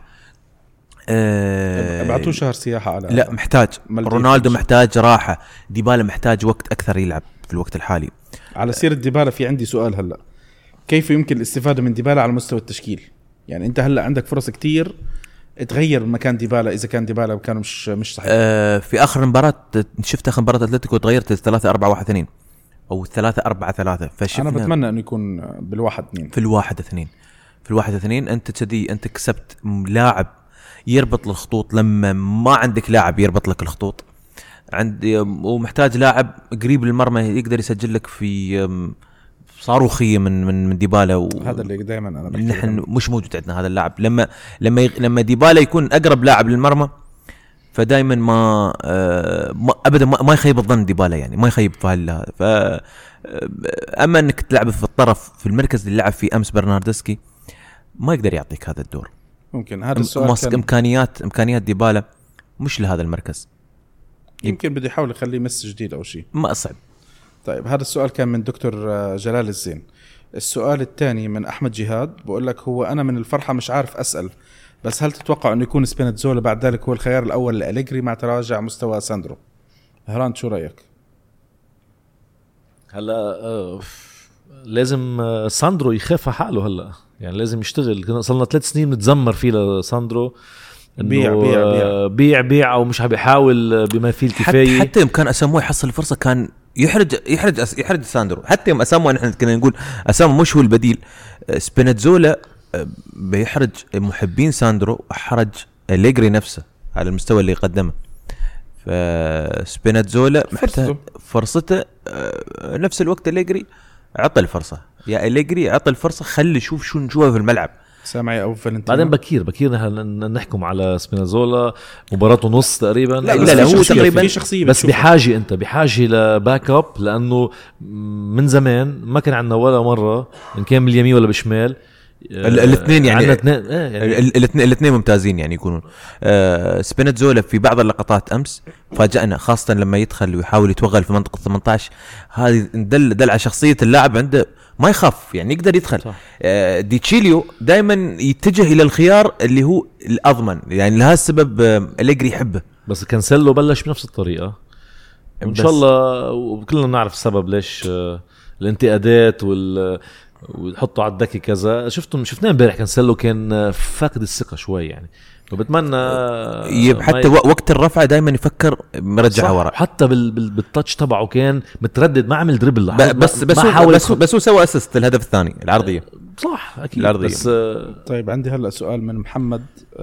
ابعتوه شهر سياحه على لا محتاج. رونالدو محتاج راحه، ديبالا محتاج وقت اكثر يلعب في الوقت الحالي. على سيرة ديبالا في عندي سؤال هلا، كيف يمكن الاستفاده من ديبالا على مستوى التشكيل؟ يعني انت هلا عندك فرص كتير تغير مكان ديبالا اذا كان ديبالا كان مش صحيح. في اخر مباراه شفت اخر مباراه اتلتيكو تغيرت 3-4-1-2 او 3-4-3. انا بتمنى انه يكون بالواحد-2 في الواحد-2 انت كذي انت كسبت لاعب يربط الخطوط لما ما عندك لاعب يربط لك الخطوط. عندي ومحتاج لاعب قريب للمرمى يقدر يسجل لك في صاروخيه من ديبالا. هذا اللي دائما انا بحكي نحن مش موجود عندنا هذا اللاعب. لما ديبالا يكون اقرب لاعب للمرمى فدائما ما ابدا ما يخيب الظن ديبالا، يعني ما يخيب في هذا. اما انك تلعب في الطرف في المركز اللي لعب فيه امس برناردسكي ما يقدر يعطيك هذا الدور. ممكن هذا السؤال كان امكانيات ديبالا مش لهذا المركز. يمكن بده يحاول يخليه مس جديد او شيء، ما صعب. طيب هذا السؤال كان من دكتور جلال الزين. السؤال الثاني من احمد جهاد بقول لك هو انا من الفرحه مش عارف اسال، بس هل تتوقع انه يكون سبيناتزولا بعد ذلك هو الخيار الاول لأليجري مع تراجع مستوى ساندرو؟ هران شو رايك؟ هلا لازم ساندرو يخاف حاله هلا، يعني لازم يشتغل. كنا صلنا 3 سنين نتذمر فيه لساندرو إنه بيع او مش بيحاول بما فيه الكفايه. حتى يوم كان اسامو يحصل الفرصه كان يحرج ساندرو. حتى يوم اسامو نحن كنا نقول اسامو مش هو البديل، سبيناتزولا بيحرج محبين ساندرو وحرج أليجري نفسه على المستوى اللي قدمه. فسبيناتزولا محتاج فرصته نفس الوقت. أليجري عطى الفرصه، يا أليجري عطى الفرصه، خلي شوف شو نشوفه في الملعب. سامعي او فالنتينو بعدين بكير نحكم على سبيناتزولا مباراته نص تقريبا. لا هو تقريبا في شخصيه بس انت بحاجه لباك اب، لانه من زمان ما كان عندنا ولا مره ان كان باليمين ولا بالشمال الاثنين. يعني الاثنين الاثنين ممتازين يعني يكونون. سبيناتزولا في بعض اللقطات امس فاجأنا، خاصه لما يدخل ويحاول يتوغل في منطقه 18. هذه دل على شخصيه اللاعب، عنده ما يخاف يعني يقدر يدخل. ديتشيليو دائما يتجه الى الخيار اللي هو الاضمن، يعني لهذا السبب أليجري يحبه. بس كانسيلو بلش بنفس الطريقه وان شاء الله، وكلنا نعرف السبب ليش الانتقادات ويحطوا على الدكي كذا. شفناه امبارح كانسيلو كان فاقد الثقه شوي يعني، وبتمنى حتى وقت الرفعه دائما يفكر مرجعها ورا. حتى بالتاتش تبعه كان متردد، ما عمل دريبل بس هو سوى اسيست الهدف الثاني العرضيه. صح اكيد العرضية. بس طيب عندي هلا سؤال من محمد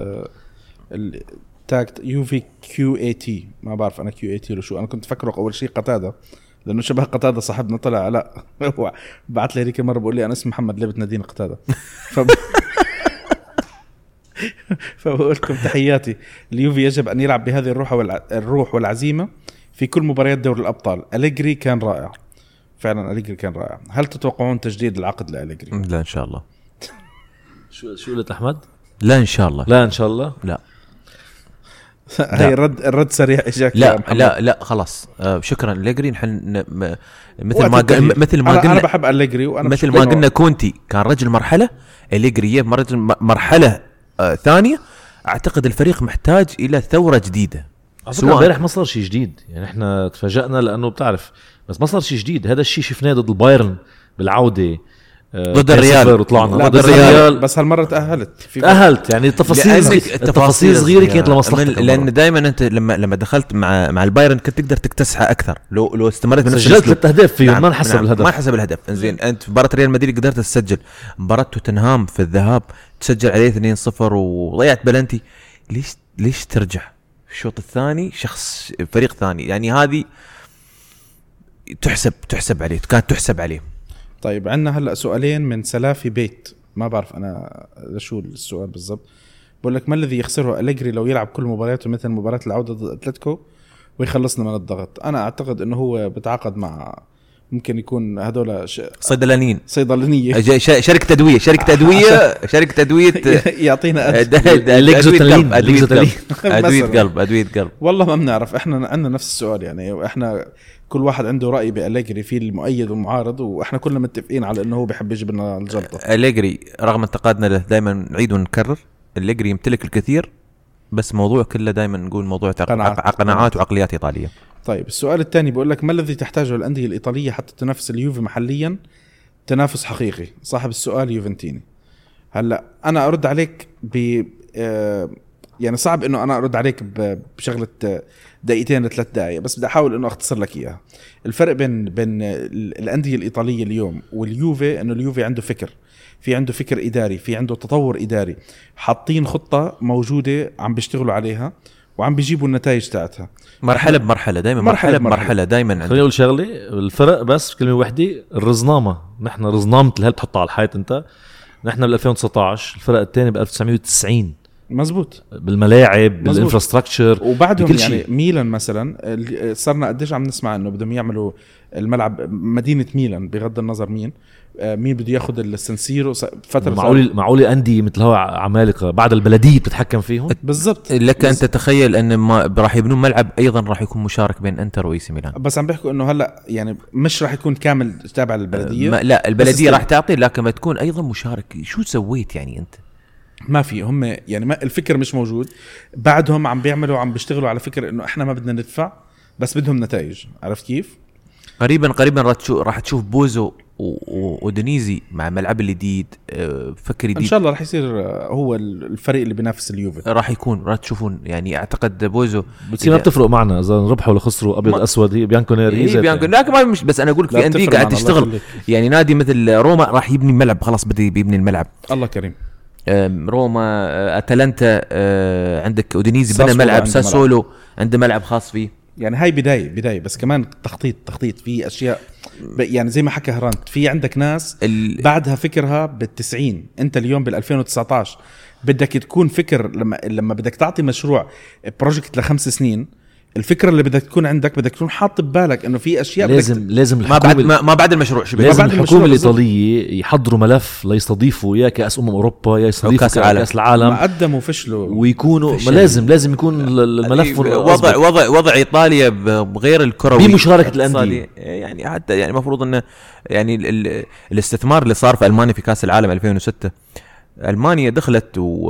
التاج يوفي كيو اي تي، ما بعرف انا كيو اي تي شو. انا كنت فكره اول شيء قتاده لانه شبه قتاده صاحبنا، طلع لا هو بعت لي هيك مره بقول لي انا اسمي محمد ليه بتناديني قتاده. فبقول لكم تحياتي. اليوفي يجب ان يلعب بهذه الروح والعزيمه في كل مباريات دوري الابطال. أليجري كان رائع فعلا، أليجري كان رائع. هل تتوقعون تجديد العقد لأليجري؟ لا ان شاء الله. شو قلت احمد؟ لا ان شاء الله. لا ان شاء الله. لا هي الرد سريع اجاك. لا خلاص. شكرا أليجري. نحن مثل ما قلنا انا بحب أليجري، وانا مثل ما قلنا كونتي كان رجل مرحله، أليجري مرحله ثانيه. اعتقد الفريق محتاج الى ثوره جديده. سواء امبارح ما صار شيء جديد، يعني احنا تفاجئنا لانه بتعرف، بس ما صار شيء جديد. هذا الشيء شفناه ضد البايرن بالعوده ضد الريال وطلعنا ضد الريال، بس هالمره تأهلت يعني التفاصيل صغيره كانت لمصلحتك. لان دائما انت لما دخلت مع البايرن كنت تقدر تكتسحها اكثر لو استمرت بنفس الاسلوب. سجلت اهداف فيه ما نحسب الهدف، ما حسب الهدف. انزين انت في مباراه ريال مدريد قدرت تسجل، مباراه توتنهام في الذهاب تسجل عليه 2-0 وضيعت بلنتي. ليش ترجع الشوط الثاني فريق ثاني؟ يعني هذه تحسب عليه، كانت تحسب عليه. طيب عندنا هلا سؤالين من سلافي بيت، ما بعرف انا شو السؤال بالضبط. بقول لك ما الذي يخسره أليجري لو يلعب كل مبارياته مثل مباراة العودة ضد أتلتيكو ويخلصنا من الضغط؟ انا اعتقد انه هو بتعاقد مع ممكن يكون هذول صيدلانيين صيدلانيه شركه تدويه يعطينا ادويه قلب. والله ما بنعرف، احنا عندنا نفس السؤال يعني، احنا كل واحد عنده راي بأليجري في المؤيد والمعارض، واحنا كلنا متفقين على انه هو بيحب يجيب لنا الجلطه. أليجري رغم انتقادنا له دائما نعيد ونكرر، أليجري يمتلك الكثير، بس موضوع كله دائما نقول موضوع قناعات وعقليات ايطاليه. طيب السؤال الثاني بيقول لك: ما الذي تحتاجه الأندية الإيطالية حتى تنافس اليوفي محليا تنافس حقيقي؟ صاحب السؤال يوفنتيني. هلا أنا أرد عليك يعني صعب إنه أنا أرد عليك بشغلة دقيقتين ل3 دقائق، بس بدي أحاول إنه أختصر لك إياها. الفرق بين الأندية الإيطالية اليوم واليوفي إنه اليوفي عنده فكر إداري، في عنده تطور إداري، حاطين خطة موجودة عم بيشتغلوا عليها وعم بيجيبوا النتائج تاعتها مرحله بمرحله، دائما مرحله دائما. خليني اقول شغله، الفرق بس كلمه واحده، الرزنامه. نحن رزنامه اللي بتحطها على الحيط انت، نحن بال 2019، الفرق الثاني ب 1990 مزبوط، بالملاعب بالانفراستراكشر وبعدهم يعني شيء. ميلان مثلا صرنا قديش عم نسمع انه بدهم يعملوا الملعب مدينه ميلان، بغض النظر مين بده ياخذ السنسيرو فتره. معقولة أندية مثل هو عمالقة بعد البلدية بتتحكم فيهم؟ بالضبط. لك أنت تتخيل أن ما راح يبنون ملعب أيضا راح يكون مشارك بين انتر وإي سي ميلان، بس عم بيحكوا إنه هلا يعني مش راح يكون كامل تابع للبلدية. لا البلدية راح تعطي، لكن ما تكون أيضا مشارك. شو سويت يعني أنت؟ ما في، هم يعني ما الفكر مش موجود. بعدهم عم بيشتغلوا على فكرة إنه إحنا ما بدنا ندفع، بس بدهم نتائج. عرفت كيف؟ قريبا راح تشوف بوزو ودنيزي مع ملعب الجديد، فكر جديد ان شاء الله راح يصير هو الفريق اللي بينافس اليوفي. راح تشوفون يعني. اعتقد بوزو بس ما بتفرق معنا اذا ربحوا ولا خسروا، ابيض اسود، هي بيانكو نير، هي بيانكو. لكن ما مش بس انا اقول لك في انديه قاعد تشتغل يعني. نادي مثل روما راح يبني ملعب، خلاص بده يبني الملعب. الله كريم. روما، اتلانتا، عندك اودينيزي بنى ملعب، ساسولو عنده ملعب خاص فيه. يعني هاي بداية بس كمان تخطيط في أشياء يعني زي ما حكى هرانت، في عندك ناس بعدها فكرها بال90. أنت اليوم بال2019 بدك تكون فكر لما بدك تعطي مشروع بروجكت ل5 سنين، الفكرة اللي بدك تكون عندك بدك تكون حاط ببالك انه في اشياء لازم ما بعد المشروع. لازم الحكومة الإيطالية يحضروا ملف ليستضيفوا يا كأس يا كأس العالم، ما قدموا فشلوا ويكونوا لازم يكون الملف وضع إيطاليا بغير الكروي بمشاركة الأندية. يعني حتى يعني المفروض انه يعني الاستثمار اللي صار في ألمانيا في كأس العالم 2006، ألمانيا دخلت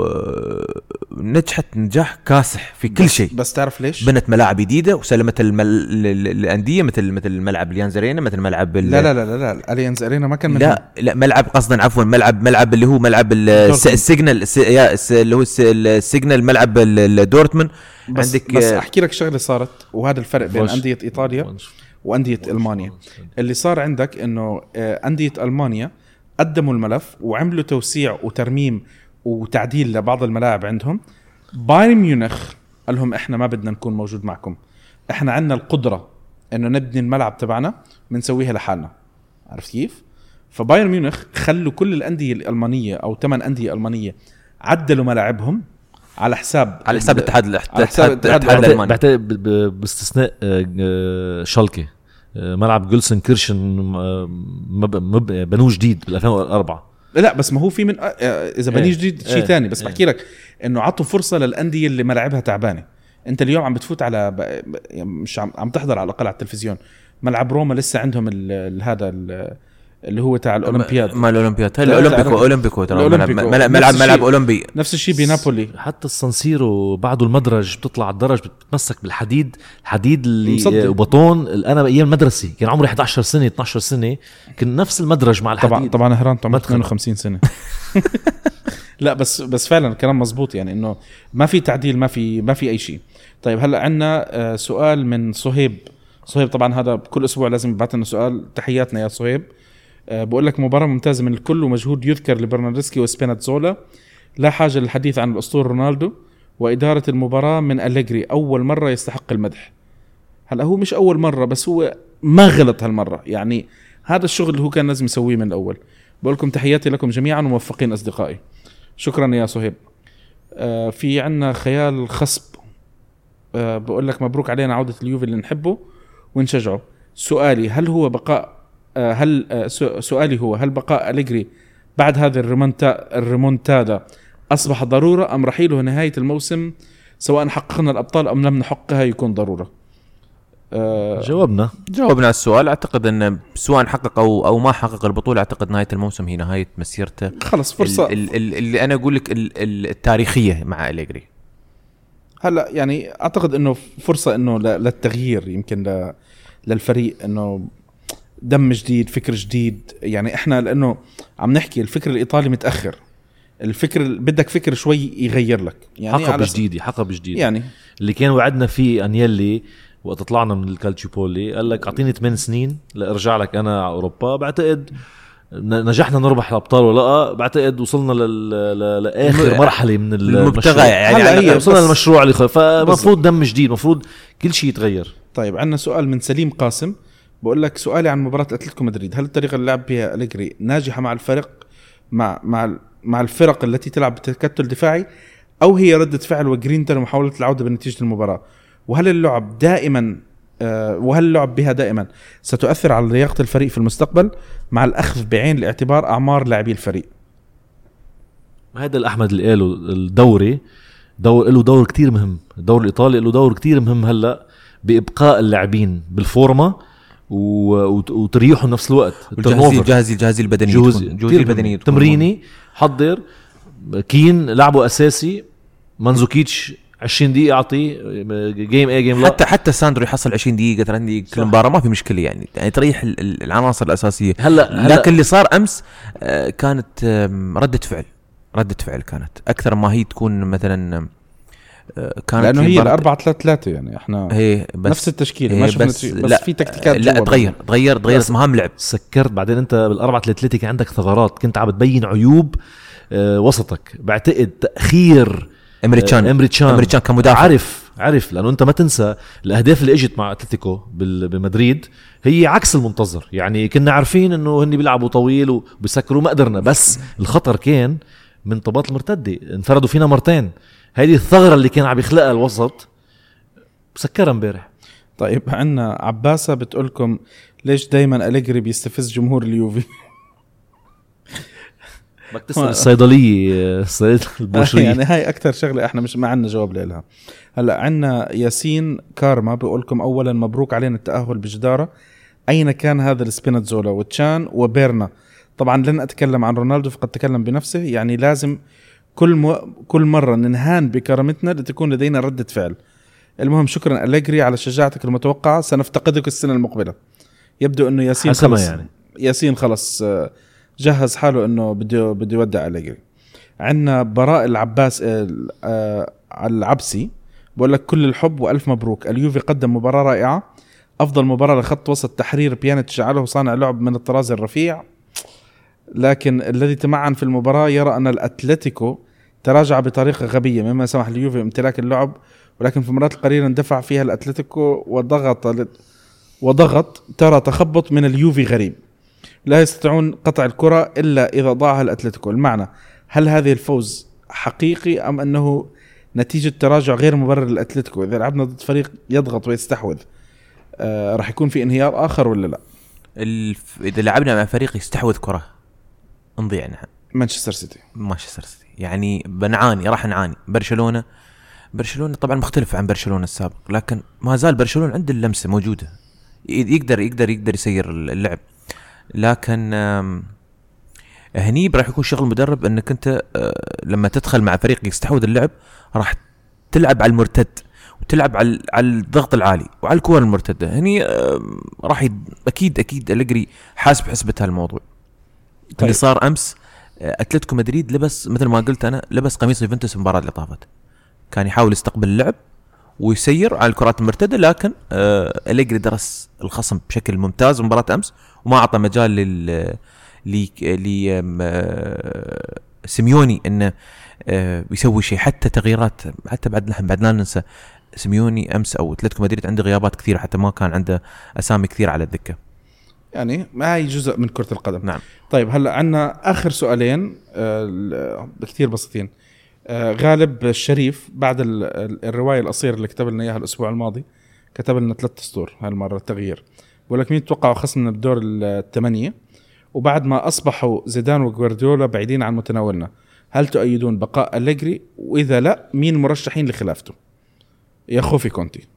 ونجحت نجاح كاسح في كل شيء. بس تعرف ليش؟ بنت ملاعب جديدة وسلمت الأندية مثل ملعب اليانز أرينا، مثل ملعب لا اليانز أرينا ما كان من لا ملعب قصدا عفوا ملعب اللي هو ملعب السيجنال اللي هو السيجنال، ملعب دورتموند. عندك بس أحكي لك شغلة صارت، وهذا الفرق بين أندية إيطاليا وأندية ألمانيا. اللي صار عندك إنه أندية ألمانيا قدموا الملف وعملوا توسيع وترميم وتعديل لبعض الملاعب عندهم. بايرن ميونخ قال لهم احنا ما بدنا نكون موجود معكم، احنا عندنا القدرة انه نبني الملعب تبعنا بنسويها لحالنا. عرفت كيف؟ فبايرن ميونخ خلوا كل الأندية الألمانية او 8 أندية ألمانية عدلوا ملاعبهم على حساب الاتحاد الألماني، باستثناء شالكي. ملعب جولسن كيرشن بنوه جديد بال2004. لا بس ما هو في من اذا بني جديد شيء تاني. بس بحكي لك انه عطوا فرصة للأندية اللي ملاعبها تعبانة. انت اليوم عم بتفوت على مش عم تحضر على الأقل على التلفزيون ملعب روما لسه عندهم هذا اللي هو تاع الأولمبياد، ما الأولمبياد الأولمبيكو ملعب أولمبي. نفس الشيء بنابولي. حتى السانسيرو بعده المدرج بتطلع على الدرج بتمسك بالحديد، الحديد اللي وبطون. أنا أيام مدرسي كان عمري 11 سنة 12 سنة، كان نفس المدرج مع الحديد. طبعا هران عمري 52 سنة. لا بس فعلا الكلام مزبوط، يعني إنه ما في تعديل، ما في أي شيء. طيب هلا عنا سؤال من صهيب. طبعا هذا كل أسبوع لازم يبعث لنا سؤال. تحياتنا يا صهيب. بقول لك: مباراة ممتازة من الكل ومجهود يذكر لبرناردسكي وسبيناتزولا، لا حاجة للحديث عن الأسطورة رونالدو، وإدارة المباراة من أليجري أول مرة يستحق المدح. هلا هو مش أول مرة، بس هو ما غلط هالمرة، يعني هذا الشغل اللي هو كان لازم يسويه من الأول. بقول لكم تحياتي لكم جميعا وموفقين أصدقائي. شكرا يا صهيب. في عنا خيال خصب. بقول لك: مبروك علينا عودة اليوفي اللي نحبه ونشجعه. سؤالي: هل هو بقاء هل سؤالي هو هل بقاء أليجري بعد هذه الريمونتادا أصبح ضرورة أم رحيله نهاية الموسم سواء حققنا الأبطال أم لم نحققها يكون ضرورة؟ جاوبنا على السؤال. أعتقد أن سواء حقق أو ما حقق البطولة أعتقد نهاية الموسم هي نهاية مسيرته. خلص فرصة اللي أنا أقول لك التاريخية مع أليجري. هلا يعني أعتقد أنه فرصة أنه للتغيير يمكن للفريق أنه دم جديد فكر جديد. يعني إحنا لأنه عم نحكي الفكر الإيطالي متأخر. الفكر بدك فكر شوي يغير لك يعني حقب جديد يعني اللي كان وعدنا فيه أنيلي وقت طلعنا من الكالتشيبولي قال لك أعطيني 8 سنين لأرجع لك أنا على أوروبا. بعتقد نجحنا نربح الأبطال ولا بعتقد وصلنا لآخر مرحلة من المبتغى يعني وصلنا للمشروع اللي فمفروض دم جديد مفروض كل شيء يتغير. طيب عندنا سؤال من سليم قاسم بقول لك سؤالي عن مباراة أتلتيكو مدريد، هل الطريقة اللي لعب بها أليجري ناجحة مع الفرق مع الفرق التي تلعب بتكتل دفاعي أو هي ردة فعل وجرينتر محاولة العودة بنتيجة المباراة؟ وهل اللعب بها دائما ستؤثر على لياقة الفريق في المستقبل مع الأخذ بعين الاعتبار أعمار لاعبي الفريق؟ هذا الأحمد اللي قاله الدوري له دور كتير مهم. الدور الإيطالي له دور كتير مهم هلأ بإبقاء اللاعبين بالفورمة وتريحوا نفس الوقت. جاهزي البدني تمريني حضر كين لعبه أساسي منزوكيتش 20 دقيقة أعطيه جيم حتى ساندرو يحصل 20 دقيقة 30 دقيقة كل مباراة ما في مشكلة يعني تريح العناصر الأساسية. لكن اللي صار أمس كانت ردة فعل كانت أكثر ما هي تكون مثلا كانت لأنه هي 4-3-3 يعني احنا نفس التشكيل ما شفنا بس في تكتيكات لا تغير مهام لعب سكرت. بعدين انت بال4-3-3 كان عندك ثغرات كنت عم تبين عيوب وسطك. بعتقد تأخير امريتشان كمدافع عارف لانه انت ما تنسى الاهداف اللي اجت مع اتلتيكو بمدريد هي عكس المنتظر. يعني كنا عارفين انه هني بيلعبوا طويل وبيسكروا ما قدرنا بس الخطر كان من طبات المرتدة انفردوا فينا مرتين. هذه الثغرة اللي كان عم يخلقها الوسط مسكرها امبارح. طيب عنا عباسة بتقولكم ليش دايما أليجري بيستفز جمهور اليوفي؟ بدك تسأل الصيدلية البشرية يعني هاي أكتر شغلة احنا مش ما عنا جواب لها. هلا عنا ياسين كارما بيقولكم أولا مبروك علينا التأهل بجدارة. أين كان هذا السبيناتزولا وتشان وبيرنا؟ طبعا لن أتكلم عن رونالدو فقد تكلم بنفسه. يعني لازم كل مرة ننهان بكرامتنا لتكون لدينا ردة فعل. المهم شكرا أليجري على شجاعتك المتوقعة سنفتقدك السنة المقبلة. يبدو أنه ياسين خلص يعني. ياسين خلص جهز حاله أنه بده يودع أليجري. عندنا براء العباس العبسي بقول لك كل الحب وألف مبروك. اليوفي قدم مباراة رائعة أفضل مباراة لخط وسط تحرير بيانيتش جعله صانع لعب من الطراز الرفيع. لكن الذي تمعن في المباراة يرى أن الأتلتيكو تراجع بطريقة غبية مما سمح لليوفي امتلاك اللعب. ولكن في مرات قليلة اندفع فيها الأتلتيكو وضغط ترى تخبط من اليوفي غريب لا يستطيعون قطع الكرة إلا إذا ضاعها الأتلتيكو. المعنى هل هذه الفوز حقيقي أم أنه نتيجة تراجع غير مبرر للأتلتيكو؟ إذا لعبنا ضد فريق يضغط ويستحوذ راح يكون في انهيار آخر ولا لا؟ إذا لعبنا مع فريق يستحوذ كرة نضيعنا. مانشستر سيتي يعني راح نعاني. برشلونة طبعا مختلف عن برشلونة السابق لكن ما زال برشلونة عنده اللمسة موجودة يقدر يسير اللعب. لكن هني راح يكون شغل مدرب انك انت لما تدخل مع فريق يستحوذ اللعب راح تلعب على المرتد وتلعب على الضغط العالي وعلى الكور المرتدة. هني راح اكيد أليجري حاسب حسبة هالموضوع. طيب. اللي صار امس اتلتيكو مدريد لبس مثل ما قلت انا لبس قميص يوفنتوس المباراة اللي طافت. كان يحاول يستقبل اللعب ويسير على الكرات المرتدة لكن أليجري درس الخصم بشكل ممتاز مباراة امس وما اعطى مجال سيميوني انه يسوي شيء. حتى تغييرات حتى بعد لا ننسى سيميوني امس او اتلتيكو مدريد عنده غيابات كثيره حتى ما كان عنده اسامي كثير على الدكه. يعني ما هي جزء من كرة القدم. نعم. طيب هلا عنا اخر سؤالين كثير بسيطين. غالب الشريف بعد الرواية القصيرة اللي كتب لنا اياها الاسبوع الماضي كتب لنا 3 سطور هالمرة تغيير. بقول لك مين تتوقعوا خصمنا بدور الثمانية وبعد ما أصبحوا زيدان وغوارديولا بعيدين عن متناولنا، هل تؤيدون بقاء أليجري؟ وإذا لا مين مرشحين لخلافته؟ يا خوفي كونتي.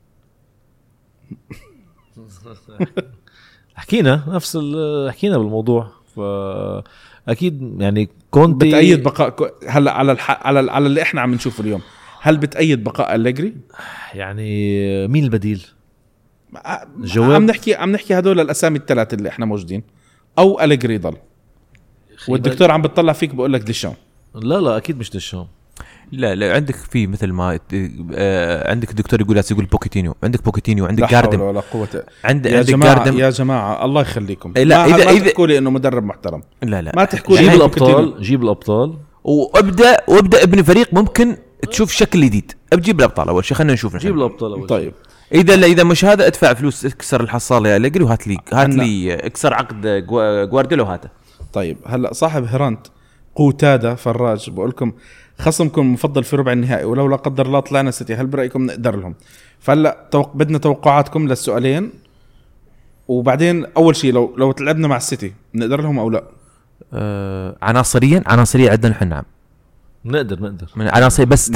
حكينا حكينا بالموضوع، فأكيد يعني كونتي بتأيد بقاء هلا على اللي احنا عم نشوفه اليوم، هل بتأيد بقاء أليجري؟ يعني مين البديل؟ جواب عم نحكي هدول الأسامي الثلاثة اللي احنا موجودين، أو أليجري ضل. والدكتور عم بتطلع فيك بقول لك ديشام. لا اكيد مش ديشام. لا عندك في مثل ما عندك الدكتور يقول بوكيتينيو، عندك بوكيتينيو، عندك جاردن. ولا قوة. عندك جاردن. يا جماعة الله يخليكم. لا ما تحكوا لي انه مدرب محترم. لا ما تحكوا لي. جيب الابطال وابدا ابني فريق ممكن تشوف شكل جديد. بجيب الابطال اول شيء، خلينا نشوف. جيب الابطال اول. طيب اذا مش هذا ادفع فلوس، اكسر الحصاله يا أليجري وهات لي اكسر عقد غوارديولا وهاته. طيب هلا صاحب هيرانت قوتادا فراج بقول لكم خصمكم المفضل في ربع النهائي، ولو لا قدر الله طلعنا سيتي هل برايكم نقدر لهم؟ فهلا بدنا توقعاتكم للسؤالين، وبعدين اول شيء لو تلعبنا مع السيتي نقدر لهم او لا؟ عناصريا عندنا احنا نعم نقدر من عناصري، بس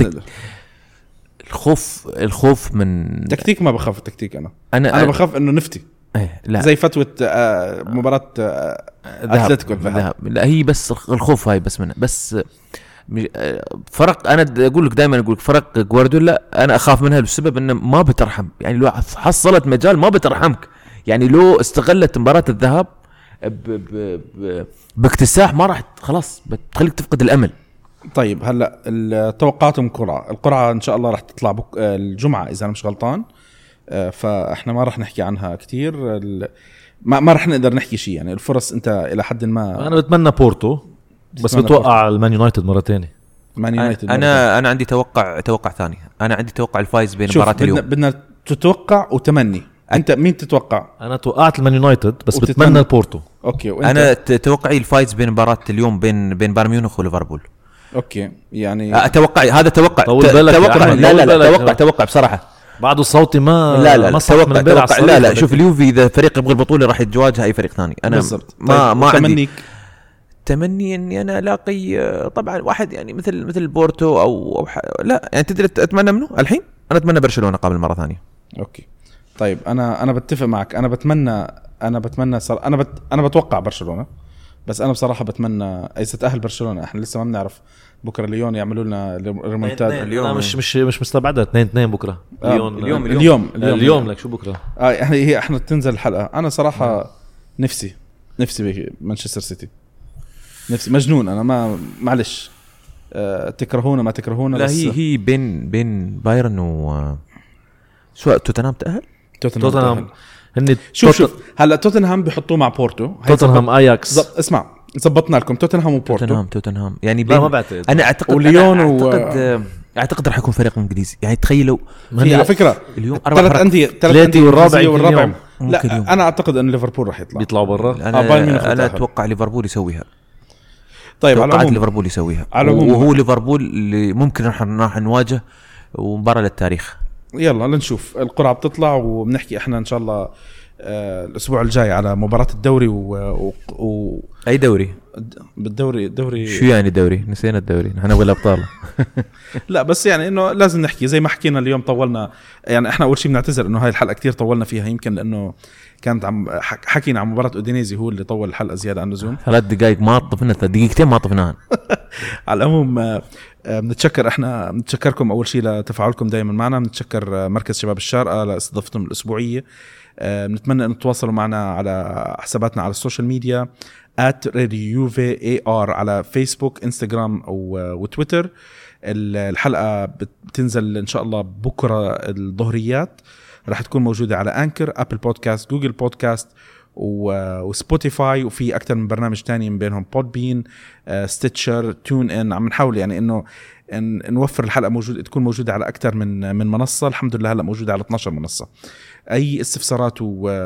الخوف من تكتيك. ما بخاف التكتيك. انا بخاف انه نفتي. لا. زي فتوى مباراة أتلتيكو الذهاب. لا هي بس الخوف هاي بس منها. بس فرق انا اقول لك دائما اقول لك فرق غوارديولا انا اخاف منها لسبب انه ما بترحم. يعني لو حصلت مجال ما بترحمك، يعني لو استغلت مباراة الذهاب باكتساح ما راح خلاص بتخليك تفقد الامل. طيب هلا توقعاتهم القرعة ان شاء الله راح تطلع الجمعة اذا انا مش غلطان، فاحنا ما راح نحكي عنها كتير. ما راح نقدر نحكي شيء. يعني الفرص انت الى حد ما. انا بتمنى بورتو، بس بتوقع المان يونايتد مرة تانية. انا عندي توقع ثاني. انا عندي توقع الفايز بين مباراة اليوم. بدنا تتوقع وتمني. انت مين تتوقع؟ انا توقعت المان يونايتد بس بتمنى البورتو. اوكي. انا توقعي الفايز بين مباراة اليوم بين بايرن ميونخ وليفربول. اوكي يعني اتوقع هذا توقع. توقع بصراحة. بعده صوتي ما لا توقع. لا شوف اليوفي اذا فريق يبغى البطولة راح يتواجه اي فريق ثاني. انا ما عندي تمني اني انا الاقي طبعا واحد يعني مثل بورتو او لا يعني تدري اتمنى منه الحين. انا اتمنى برشلونة قبل مرة ثانية. اوكي طيب انا بتفق معك. انا بتمنى انا بتوقع برشلونة، بس انا بصراحة بتمنى اذا تأهل برشلونة. احنا لسه ما بنعرف بكره ليون يعملوا لنا ريمونتاد. اليوم مش مستبعدها 2-2 بكره. اليوم لك شو بكره يعني احنا تنزل الحلقه. انا صراحه نفسي مانشستر سيتي، نفسي مجنون. انا ما معلش تكرهونا ما تكرهونا. لا هي بين بايرن و سواء توتنهام تأهل. توتنهام هن شوف هلا توتنهام بيحطوه مع بورتو. توتنهام اياكس. اسمع زبطنا لكم توتنهام وبورتو. توتنهام يعني ما بعتقد. انا اعتقد وليون اعتقد راح يكون فريق انجليزي. يعني تخيلوا على فكره اليوم 3 أندية والرابع لا انا اعتقد ان ليفربول راح يطلعوا برا. انا اتوقع ليفربول يسويها. طيب على العموم ليفربول يسويها، وهو ليفربول اللي ممكن راح نواجه ومباراة للتاريخ. يلا لنشوف القرعة بتطلع وبنحكي احنا ان شاء الله الاسبوع الجاي على مباراة الدوري اي دوري بالدوري. شو يعني دوري؟ نسينا الدوري نحن ولا ابطال. لا بس يعني انه لازم نحكي زي ما حكينا اليوم. طولنا يعني احنا اول شيء بنعتذر انه هاي الحلقة كتير طولنا فيها، يمكن لانه كانت عم حكينا عن مباراة أودينيزي هو اللي طول الحلقة زيادة عن اللزوم. 3 دقائق ما طفنا، 3 دقيقتين ما طفناها. على العموم بنتشكركم أول شيء لتفاعلكم دائما معنا. بنتشكر مركز شباب الشارقة لاستضافتهم الأسبوعية. بنتمنى أن تتواصلوا معنا على حساباتنا على السوشيال ميديا @RadioJuve على فيسبوك انستغرام وتويتر. الحلقة بتنزل إن شاء الله بكرة الظهريات، راح تكون موجودة على أنكر، أبل بودكاست، جوجل بودكاست وسبوتيفاي، وفي أكتر من برنامج تاني من بينهم بودبين، ستيتشر، تون إن. عم نحاول يعني إنه نوفر الحلقة تكون موجودة على أكتر من منصة. الحمد لله هلأ موجودة على 12 منصة. أي استفسارات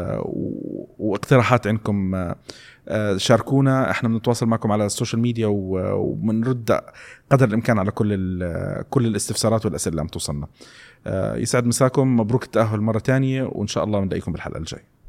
واقتراحات عندكم شاركونا. احنا بنتواصل معكم على السوشيال ميديا وبنرد قدر الإمكان على كل الاستفسارات والأسئلة اللي عم توصلنا. يسعد مساكم، مبروك التأهل مرة تانية، وإن شاء الله بنلاقيكم بالحلقة الجاي.